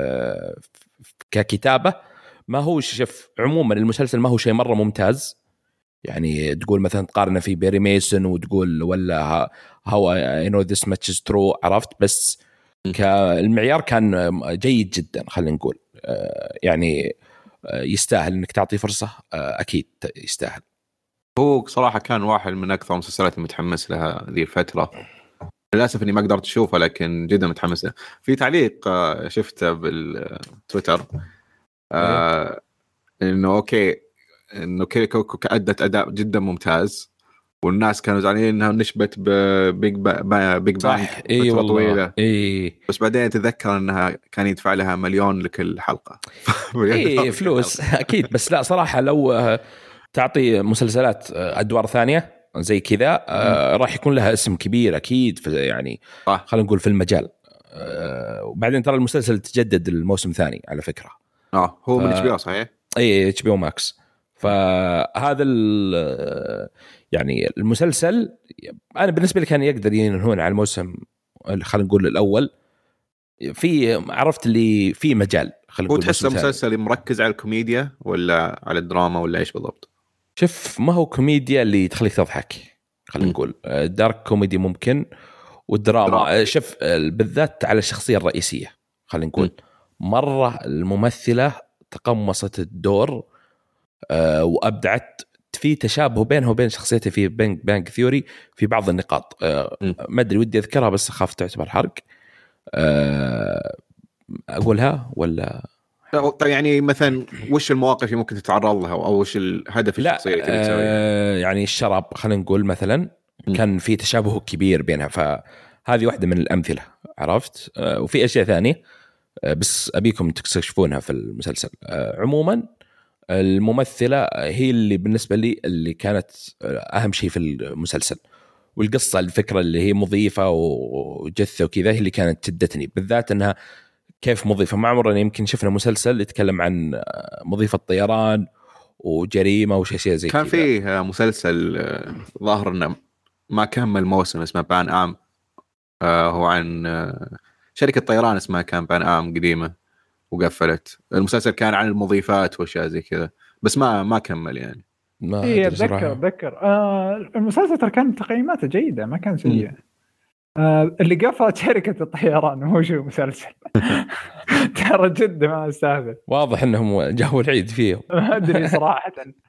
Speaker 3: ككتابة ما هو شف، عموما المسلسل ما هو شيء مرة ممتاز يعني، تقول مثلا تقارنه في بيري ميسون وتقول ولا هاو اي نو ذس ماتش از ترو عرفت، بس كالمعيار كان جيد جدا خلينا نقول. يعني يستاهل انك تعطيه فرصة، اكيد يستاهل.
Speaker 2: هو صراحة كان واحد من أكثر المسلسلات المتحمس لها ذي الفترة، للاسف اني ما قدرت اشوفه، لكن جدا متحمس. في تعليق شفته بالتويتر انه اوكي انه كيري كوكو كأدت اداء جدا ممتاز، والناس كانوا زعلانين انها نشبت ببيج بانج فترة طويلة. بس بعدين تذكر انها كان يدفع لها مليون لكل حلقة.
Speaker 3: فلوس اكيد. بس لا صراحة لو تعطي مسلسلات ادوار ثانية زي كذا راح يكون لها اسم كبير اكيد يعني خلينا نقول في المجال. وبعدين ترى المسلسل تجدد الموسم الثاني على فكرة.
Speaker 2: هو من HBO صحيح؟
Speaker 3: اي HBO ماكس. فهذا يعني المسلسل انا بالنسبه لي كان يقدر ينهون على الموسم خلينا نقول الاول، في عرفت اللي في مجال. خلينا نقول
Speaker 2: تحس المسلسل مركز على الكوميديا ولا على الدراما ولا ايش بالضبط؟
Speaker 3: شوف ما هو كوميديا اللي تخليك تضحك، خلينا نقول دارك كوميدي ممكن، والدراما شوف بالذات على الشخصيه الرئيسيه خلينا نقول مره الممثله تقمصت الدور وابدعت. في تشابه بينه وبين شخصيته في بانك ثيوري في بعض النقاط ما ادري ودي اذكرها بس اخاف تعتبر حرق. اقولها ولا
Speaker 2: يعني مثلا وش المواقف اللي ممكن تتعرض لها او وش الهدف الشخصيه اللي تبي تسويها؟
Speaker 3: يعني الشراب خلينا نقول مثلا كان في تشابه كبير بينها، فهذه واحده من الامثله عرفت. وفي اشياء ثانيه بس ابيكم تكتشفونها في المسلسل. عموما الممثلة هي اللي بالنسبة لي اللي كانت أهم شيء في المسلسل، والقصة الفكرة اللي هي مضيفة وجثة وكذا هي اللي كانت شدتني، بالذات أنها كيف مضيفة. ما عمرنا يمكن شفنا مسلسل يتكلم عن مضيفة طيران وجريمة وشيء زي كذا.
Speaker 2: كان فيه مسلسل ظاهر أنه ما كمل موسم اسمه بان آم، هو عن شركة طيران اسمها كان بان آم قديمة وقفلت. المسلسل كان عن المضيفات واشياء زي كذا بس ما كمل يعني.
Speaker 1: اي اتذكر المسلسل ترى كان تقييماته جيده ما كان سيء. اللي قفلت شركه الطيران هو شو مسلسل. ترى جدا ما استهبل،
Speaker 3: واضح انهم جاوا العيد فيه
Speaker 1: ما ادري صراحه.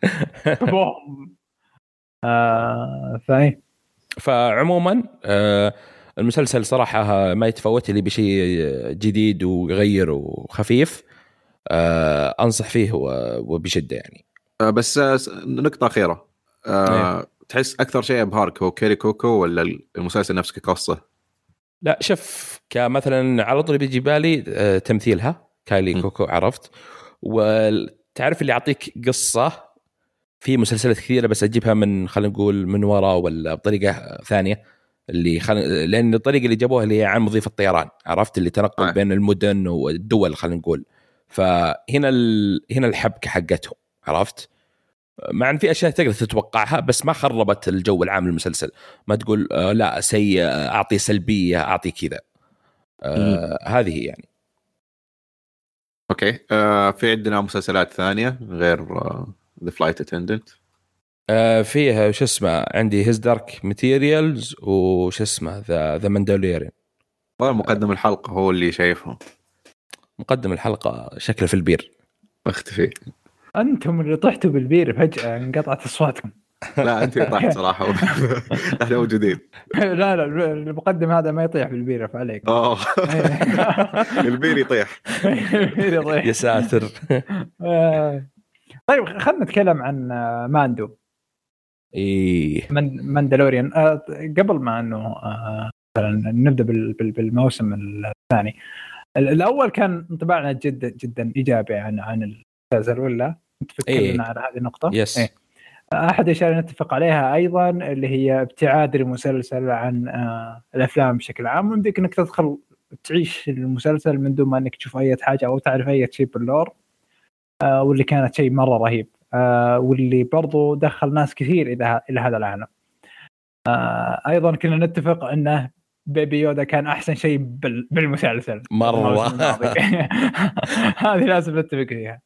Speaker 3: فعموما المسلسل صراحة ما يتفوت لي بشيء جديد وغير وخفيف. أنصح فيه وبشدة يعني.
Speaker 2: بس نقطة أخيرة، تحس أكثر شيء أبهرك هو كيري كوكو ولا المسلسل نفسه كقصة؟
Speaker 3: لا شوف كمثلا على طول بيجي بالي تمثيلها كايلي كوكو عرفت. وتعرف اللي يعطيك قصة في مسلسلات كثيرة بس أجيبها من خلينا نقول من وراء ولا بطريقة ثانية اللي لأن الطريقة اللي جابوها اللي هي عن مضيف الطيران عرفت اللي تنقل بين المدن والدول خلينا نقول. فهنا هنا الحبكة حقتهم عرفت. مع ان في اشياء تقدر تتوقعها بس ما خربت الجو العام للمسلسل. ما تقول لا سيء اعطي سلبيه اعطي كذا. هذه يعني.
Speaker 2: اوكي في عندنا مسلسلات ثانيه غير The Flight Attendant.
Speaker 3: فيها وش اسمه عندي His Dark Materials وش اسمه The Mandalorian.
Speaker 2: مقدم الحلقه هو اللي شايفهم. مقدم
Speaker 3: الحلقه شكله في البير
Speaker 2: اختفي.
Speaker 1: انتم اللي طحتوا بالبير فجاه انقطعت اصواتكم.
Speaker 2: لا انت طحت صراحه. احنا موجودين.
Speaker 1: لا المقدم هذا ما يطيح بالبير فعليك.
Speaker 2: البير يطيح.
Speaker 3: يا ساتر.
Speaker 1: طيب خلنا نتكلم عن ماندو. ماندالوريان. قبل ما انه نبدا بالموسم الثاني. الاول كان انطباعنا جدا ايجابي عن المسلسل ولا تفكرنا على هذه النقطه؟
Speaker 3: يس.
Speaker 1: احد الاشياء اللي نتفق عليها ايضا اللي هي ابتعاد المسلسل عن الافلام بشكل عام، ويمديك انك تدخل تعيش المسلسل من دون ما انك تشوف اي حاجه او تعرف اي شيء باللور، واللي كانت شيء مره رهيب، واللي برضو دخل ناس كثير الى هذا العالم. ايضا كنا نتفق انه بيبي يودا كان احسن شيء بالمسلسل
Speaker 3: مره.
Speaker 1: هذه لازم نتفق فيها.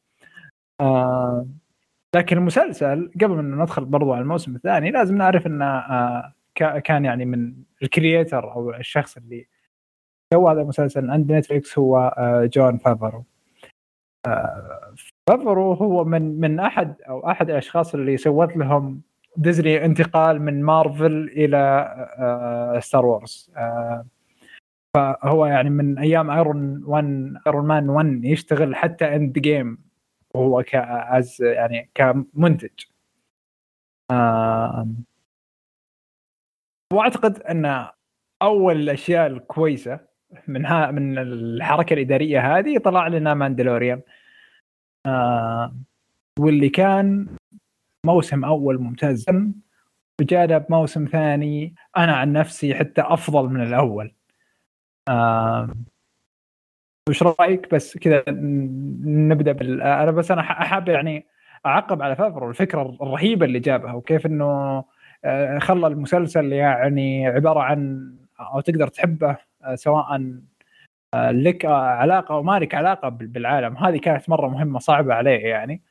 Speaker 1: لكن المسلسل قبل ما ندخل برضو على الموسم الثاني لازم نعرف انه كان يعني من الكرييتر او الشخص اللي سوى هذا المسلسل عند نتفليكس هو جون فافرو. فافرو هو من احد الاشخاص اللي سوت لهم ديزني انتقال من مارفل الى ستار وورز. فهو يعني من ايام ايرون مان 1 يشتغل حتى اند جيم وهو يعني كمنتج. واعتقد ان اول الاشياء الكويسه من الحركه الاداريه هذه طلع لنا ماندلوريان، واللي كان موسم اول ممتاز، وجانا بموسم ثاني انا عن نفسي حتى افضل من الاول. وش رايك بس كذا نبدا انا بس انا احب يعني اعقب على فافرو الفكره الرهيبه اللي جابها، وكيف انه خلى المسلسل يعني عباره عن او تقدر تحبه سواء لك علاقه او ما لك علاقه بالعالم. هذه كانت مره مهمه صعبه عليه يعني،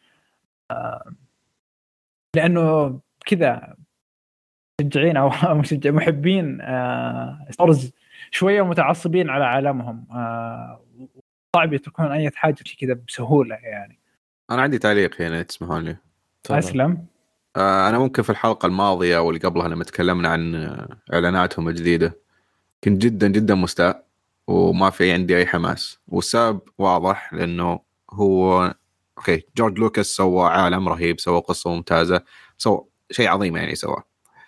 Speaker 1: لانه كذا مشجعين او محبين ستارز شويه متعصبين على عالمهم، صعب يتركون اي حاجه كذا بسهوله يعني.
Speaker 2: انا عندي تعليق هنا تسمحون لي؟
Speaker 1: اسلم.
Speaker 2: انا ممكن في الحلقه الماضيه واللي قبلها لما تكلمنا عن اعلاناتهم الجديده كنت جدا جدا مستاء وما في عندي اي حماس، والسبب واضح لانه هو اوكي جورج لوكاس سوى عالم رهيب، سوى قصه ممتازه، سوى شيء عظيم يعني سوى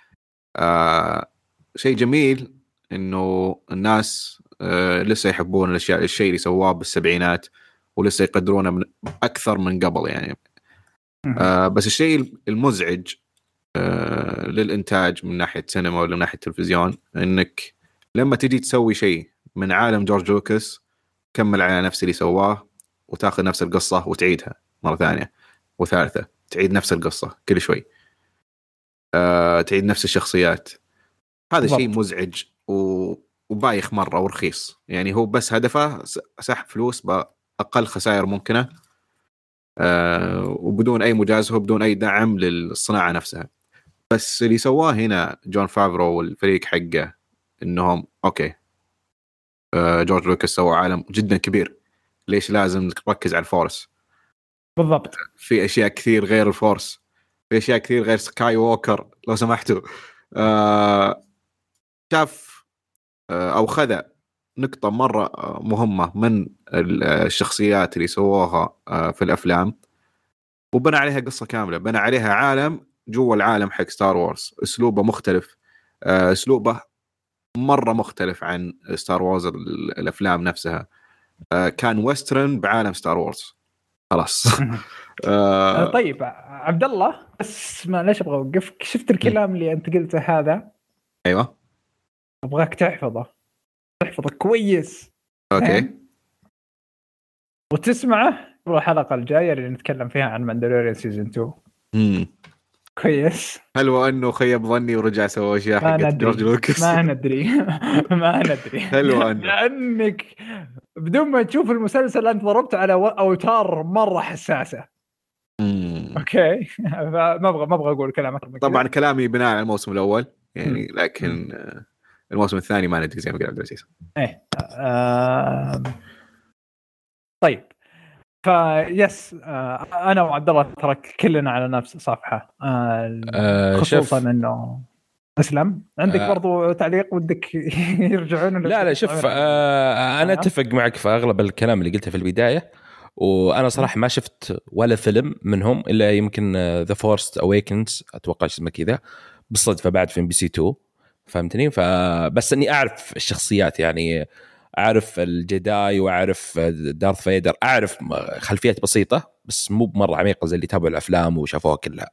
Speaker 2: شيء جميل انه الناس لسه يحبون الاشياء الشيء اللي سواه بالسبعينات ولسه يقدرونه اكثر من قبل يعني. بس الشيء المزعج للإنتاج من ناحية سينما ولا من ناحية تلفزيون إنك لما تجي تسوي شيء من عالم جورج لوكاس كمل على نفس اللي سواه وتاخذ نفس القصة وتعيدها مرة ثانية وثالثة، تعيد نفس القصة كل شوي، تعيد نفس الشخصيات. هذا شيء مزعج وبايخ مرة ورخيص يعني. هو بس هدفه سحب فلوس بأقل خسائر ممكنة وبدون أي مجازفة وبدون أي دعم للصناعة نفسها. بس اللي سواه هنا جون فافرو والفريق حقه إنهم أوكي جورج لوكاس سوى عالم جدا كبير، ليش لازم نركز على الفورس؟
Speaker 1: بالضبط.
Speaker 2: في أشياء كثير غير الفورس، في أشياء كثير غير سكاي ووكر لو سمحتوا. شاف أو خذ نقطة مرة مهمة من الشخصيات اللي سووها في الأفلام وبنى عليها قصة كاملة، بنى عليها عالم جوا العالم حق ستار وورز. أسلوبه مختلف، أسلوبه مرة مختلف عن ستار وورز الأفلام نفسها. كان ويسترن بعالم ستار وورز خلاص.
Speaker 1: طيب عبد الله بس ما ليش أبغى أوقفك، شفت الكلام اللي أنت قلته هذا؟
Speaker 2: أيوة
Speaker 1: أبغاك تحفظه كويس.
Speaker 2: أوكي.
Speaker 1: وتسمعه الحلقة الجاية اللي نتكلم فيها عن ماندلوريان سيزن 2. كويس.
Speaker 2: هل وأنه خيب ظني ورجع سوى أشياء حقت جورج لوكاس؟
Speaker 1: ما ندري.
Speaker 2: هل وأنه
Speaker 1: لأنك بدون ما تشوف المسلسل أنت ضربت على أوتار مرة حساسة. أوكي. ما أبغى أقول كلام أكثر من كده.
Speaker 2: طبعا كلامي بناء على الموسم الأول يعني، لكن الموسم الثاني ما ندري زي ما قال عبد العزيز.
Speaker 1: إيه. طيب فيس انا وعبد الله ترى كلنا على نفس الصفحه، خصوصا انه اسلم عندك برضو تعليق ودك يرجعون؟
Speaker 3: لا شوف انا اتفق معك في اغلب الكلام اللي قلته في البدايه، وانا صراحه ما شفت ولا فيلم منهم الا يمكن ذا فورست اويكنز اتوقع اسمه كذا بالصدفه بعد في MBC 2 فهمتني. فبس اني اعرف الشخصيات يعني، أعرف الجداي وأعرف دارث فايدر، أعرف خلفيات بسيطة بس مو بمرة عميقة زي اللي تابعوا الأفلام وشافوها كلها.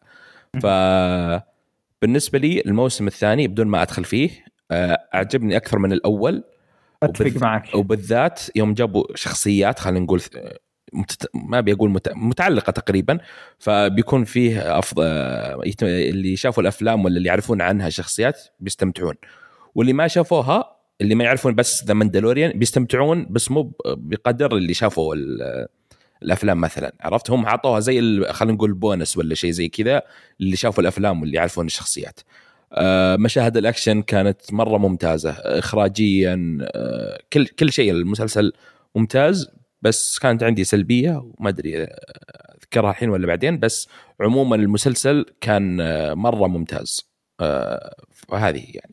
Speaker 3: فبالنسبة لي الموسم الثاني بدون ما أدخل فيه أعجبني أكثر من الأول.
Speaker 1: أتفق معك،
Speaker 3: وبالذات يوم جابوا شخصيات خلينا نقول ما بيقول متعلقة تقريبا، فبيكون فيه أفضل اللي شافوا الأفلام ولا اللي يعرفون عنها شخصيات بيستمتعون، واللي ما شافوها اللي ما يعرفون بس ذا ماندلوريان بيستمتعون بس مو بقدر اللي شافوا الافلام مثلا. عرفت هم عطوها زي خلينا نقول بونس ولا شيء زي كذا اللي شافوا الافلام واللي يعرفون الشخصيات. مشاهد الاكشن كانت مره ممتازه، اخراجيا كل شيء المسلسل ممتاز، بس كانت عندي سلبيه وما ادري أذكرها الحين ولا بعدين، بس عموما المسلسل كان مرة ممتاز. وهذه يعني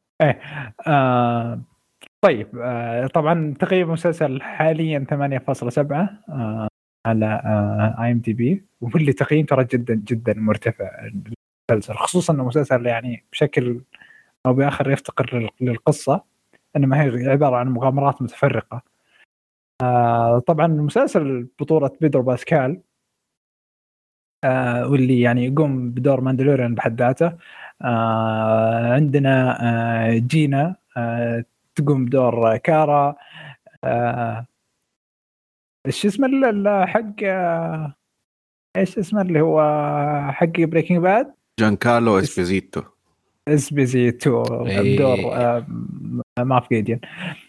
Speaker 1: طيب طبعا تقييم المسلسل حاليا 8.7 على IMDb، واللي تقييم ترى جدا جدا مرتفع المسلسل، خصوصا انه مسلسل يعني بشكل او باخر يفتقر للقصه، انما هي عباره عن مغامرات متفرقه. طبعا المسلسل بطوله بيدرو باسكال، واللي يعني يقوم بدور ماندلوريان بحد ذاته. عندنا جينا تقوم بدور كارا. ايش اسمه حق ايش اسمه اللي هو حق بريكنج باد؟
Speaker 2: جان كارلو اسبيزيتو
Speaker 1: بدور ما في قيدين.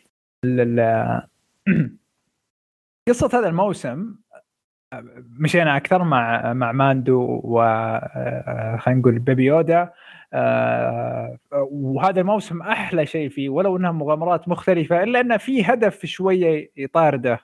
Speaker 1: قصة هذا الموسم مشينا أكثر مع ماندو و خلينا نقول بيبي يودا. وهذا الموسم أحلى شيء فيه، ولو أنها مغامرات مختلفة إلا أنه في هدف شوية يطارده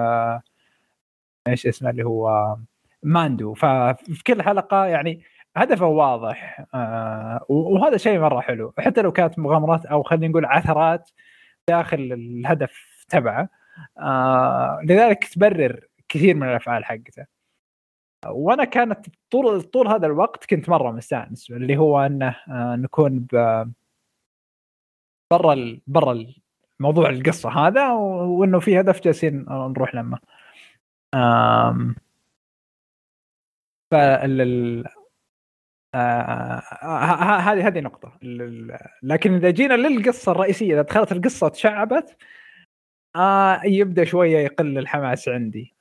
Speaker 1: إيش اسمه اللي هو ماندو. ففي كل حلقة يعني هدفه واضح، وهذا شيء مرة حلو، حتى لو كانت مغامرات أو خلينا نقول عثرات داخل الهدف تبعه. لذلك تبرر كثير من الأفعال حقته. وأنا كانت طول هذا الوقت كنت مرة مستانس، اللي هو أنه نكون برا موضوع القصة هذا، وأنه في هدف جالسين نروح لما هذه نقطة. لكن إذا جينا للقصة الرئيسية، إذا دخلت القصة تشعبت يبدأ شوية يقل الحماس عندي.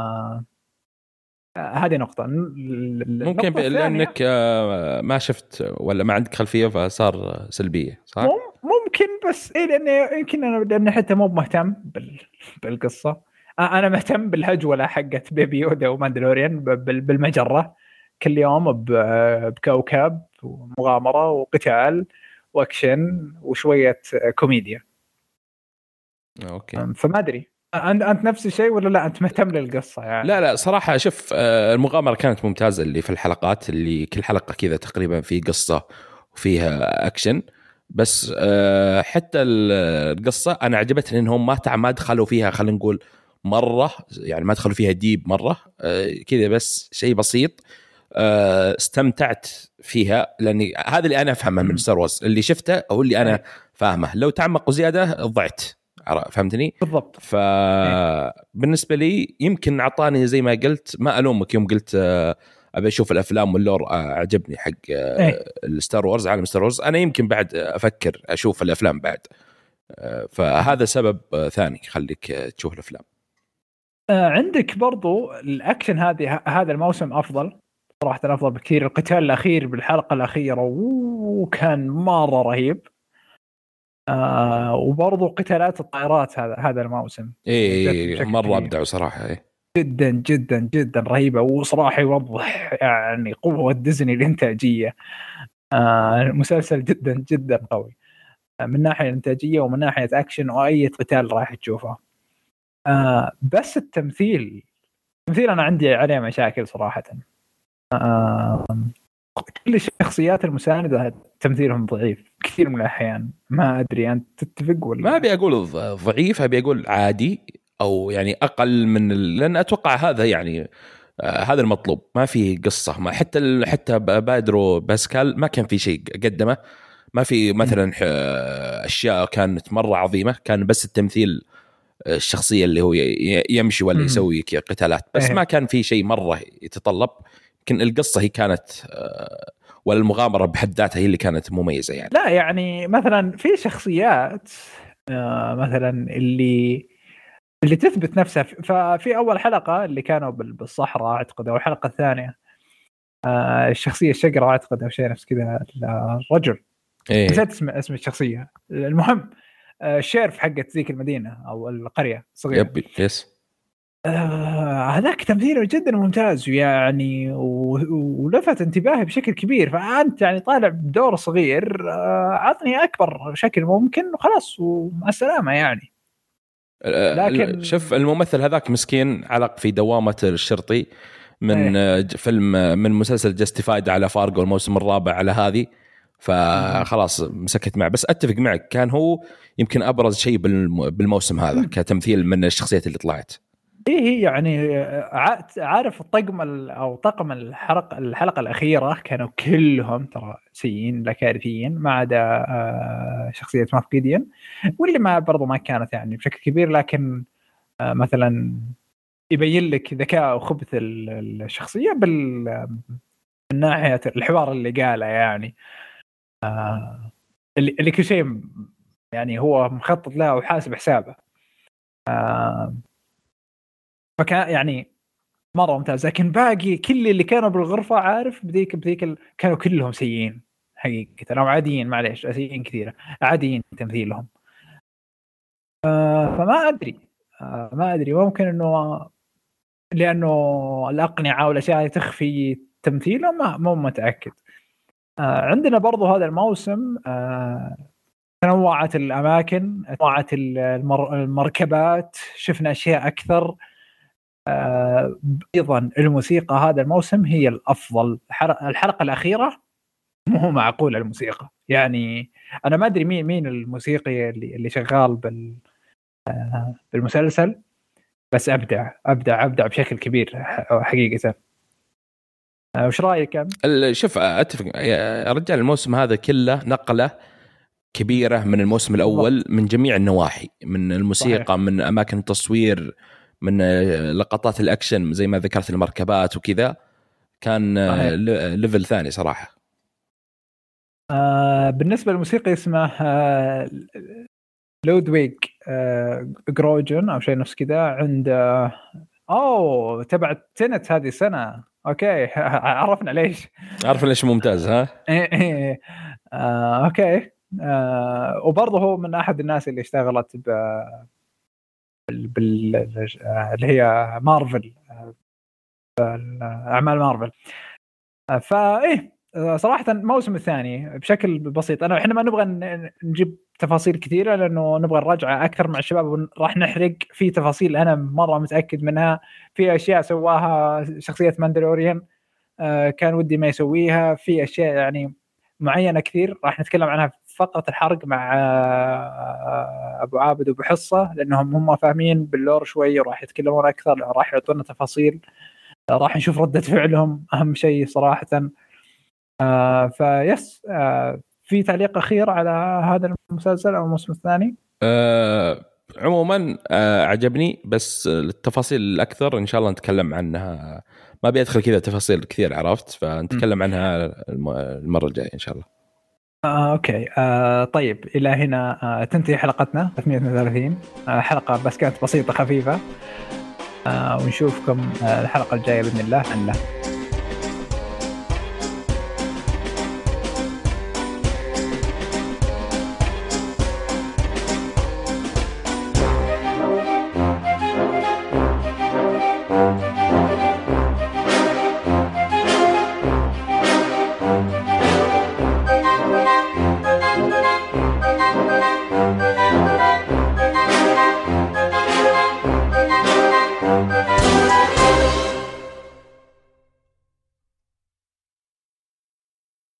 Speaker 1: هذه نقطة.
Speaker 3: ممكن لأنك ما شفت ولا ما عندك خلفية فصار سلبية، صح؟
Speaker 1: ممكن، بس لأن يمكن لأن حتى مو مهتم بالقصة. أنا مهتم بالهجولة حقت بيبي يودا وماندلوريان بالمجرة كل يوم بكوكب ومغامرة وقتال وأكشن وشوية كوميديا.
Speaker 3: أوكي.
Speaker 1: فما أدري أنت نفس الشيء ولا لا، أنت مهتم للقصة يعني؟
Speaker 3: لا صراحة شوف، المغامرة كانت ممتازة، اللي في الحلقات اللي كل حلقة كذا تقريبا في قصة وفيها أكشن. بس حتى القصة أنا عجبتني إنهم ما دخلوا فيها، خلينا نقول مرة يعني ما دخلوا فيها ديب مرة، كذا بس شيء بسيط. استمتعت فيها، لأني هذا اللي أنا أفهمه من ستار وورز، اللي شفته أو اللي أنا فاهمه. لو تعمقوا زيادة ضعت، فهمتني
Speaker 1: بالضبط.
Speaker 3: فبالنسبة لي يمكن أعطاني زي ما قلت، ما ألومك يوم قلت أبي أشوف الأفلام واللور أعجبني حق الستار وورز، عالم ستار وورز. أنا يمكن بعد أفكر أشوف الأفلام بعد، فهذا سبب ثاني خليك تشوف الأفلام.
Speaker 1: عندك برضو الأكشن هذا الموسم أفضل صراحة، أفضل بكثير. القتال الأخير بالحلقة الأخيرة وكان مرة رهيب. وبرضو قتالات الطائرات هذا الموسم
Speaker 3: مرة أبدعوا صراحة.
Speaker 1: جدا جدا جدا رهيبة، وصراحة يوضح يعني قوة ديزني الإنتاجية. المسلسل جدا جدا قوي من ناحية إنتاجية ومن ناحية أكشن، وأي قتال راح تشوفه. بس التمثيل أنا عندي عليه مشاكل صراحة. كل الشخصيات المساندة تمثيلهم ضعيف كثير من الأحيان. ما أدري أنت تتفق ولا؟
Speaker 3: ما أبي أقول ضعيف، أبي أقول عادي، أو يعني أقل من لأن أتوقع هذا يعني هذا المطلوب. ما في قصة، ما حتى بادرو باسكال ما كان في شيء قدمه، ما في مثلا أشياء كانت مرة عظيمة، كان بس التمثيل الشخصية اللي هو يمشي ولا يسوي قتالات، بس ما كان في شيء مرة يتطلب. يمكن القصة هي كانت والمغامرة بحد ذاتها هي اللي كانت مميزة يعني.
Speaker 1: لا يعني مثلا في شخصيات مثلا اللي تثبت نفسها. ففي أول حلقة اللي كانوا بالصحراء أعتقد، أو الحلقة الثانية، الشخصية الشقرة أعتقد أو شيء نفس كذا، الرجل نسيت اسم الشخصية. المهم الشيرف حقت ذيك المدينة أو القرية الصغيرة.
Speaker 3: يس.
Speaker 1: هذاك تمثيله جدا ممتاز يعني، ولفت انتباهي بشكل كبير. فأنت يعني طالع بدور صغير، عطني أكبر شكل ممكن وخلاص ومع السلامة يعني.
Speaker 3: لكن شوف الممثل هذاك مسكين علق في دوامة الشرطي، من فيلم من مسلسل جاستيفايد على فارغو الموسم الرابع على هذه، فخلاص مسكت معه. بس اتفق معك كان هو يمكن ابرز شيء بالموسم هذا كتمثيل من الشخصيات اللي طلعت.
Speaker 1: ايه يعني عارف الطقم او طاقم الحلقه الاخيره كانوا كلهم ترى سيئين لا كارثيين ما عدا شخصيه مافقيديان، واللي ما برضو ما كانت يعني بشكل كبير، لكن مثلا يبين لك ذكاء وخبث الشخصيه من ناحيه الحوار اللي قاله، يعني اللي كل شيء يعني هو مخطط له وحاسب حسابه. فكان يعني مرة ممتاز. لكن باقي كل اللي كانوا بالغرفة عارف بذيك كانوا كلهم سيئين حقيقة، أو عاديين، معليش سيئين كثيرة، عاديين تمثيلهم. فما أدري ما أدري ممكن إنه لأنه الأقنعة والأشياء تخفي تمثيلهم، مو متأكد. عندنا برضو هذا الموسم تنوعت الأماكن، تنوعت المركبات، شفنا أشياء أكثر. أيضا الموسيقى هذا الموسم هي الأفضل. الحلقة الأخيرة مو معقول الموسيقى، يعني أنا ما أدري مين الموسيقي اللي شغال بالمسلسل، بس أبدع بشكل كبير حقيقة. وش رأيك أنت؟
Speaker 3: شوف أتفق يا رجال، الموسم هذا كله نقلة كبيرة من الموسم الأول من جميع النواحي، من الموسيقى صحيح. من أماكن التصوير، من لقطات الأكشن زي ما ذكرت المركبات وكذا، كان ليفل ثاني صراحة.
Speaker 1: بالنسبة للموسيقى اسمه لودويغ جروجن أو شيء نفس كذا، عند تبع تنت هذه السنة. أوكي عرفنا ليش
Speaker 3: ممتاز ها.
Speaker 1: أوكي. وبرضه هو من أحد الناس اللي اشتغلت اللي هي مارفل، أعمال مارفل. فإيه صراحة الموسم الثاني بشكل بسيط، إحنا ما نبغى نجيب تفاصيل كثيرة لأنه نبغى نراجع أكثر مع الشباب، راح نحرق في تفاصيل أنا مرة متأكد منها. في أشياء سواها شخصية ماندلوريان كان ودي ما يسويها، في أشياء يعني معينة كثير راح نتكلم عنها في فقرة الحرق مع أبو عابد وأبو حصة، لأنهم هم فاهمين باللور شوي وراح يتكلمون أكثر، راح يعطونا تفاصيل، راح نشوف ردة فعلهم أهم شيء صراحة. فيس في تعليق أخير على هذا المسلسل أو الموسم الثاني؟
Speaker 3: عموما عجبني، بس التفاصيل الأكثر إن شاء الله نتكلم عنها، ما بيدخل كذا تفاصيل كثير عرفت، فنتكلم عنها المرة الجاية إن شاء الله.
Speaker 1: أوكي. طيب إلى هنا تنتهي حلقتنا 332 حلقة بس كانت بسيطة خفيفة، ونشوفكم الحلقة الجاية بإذن الله.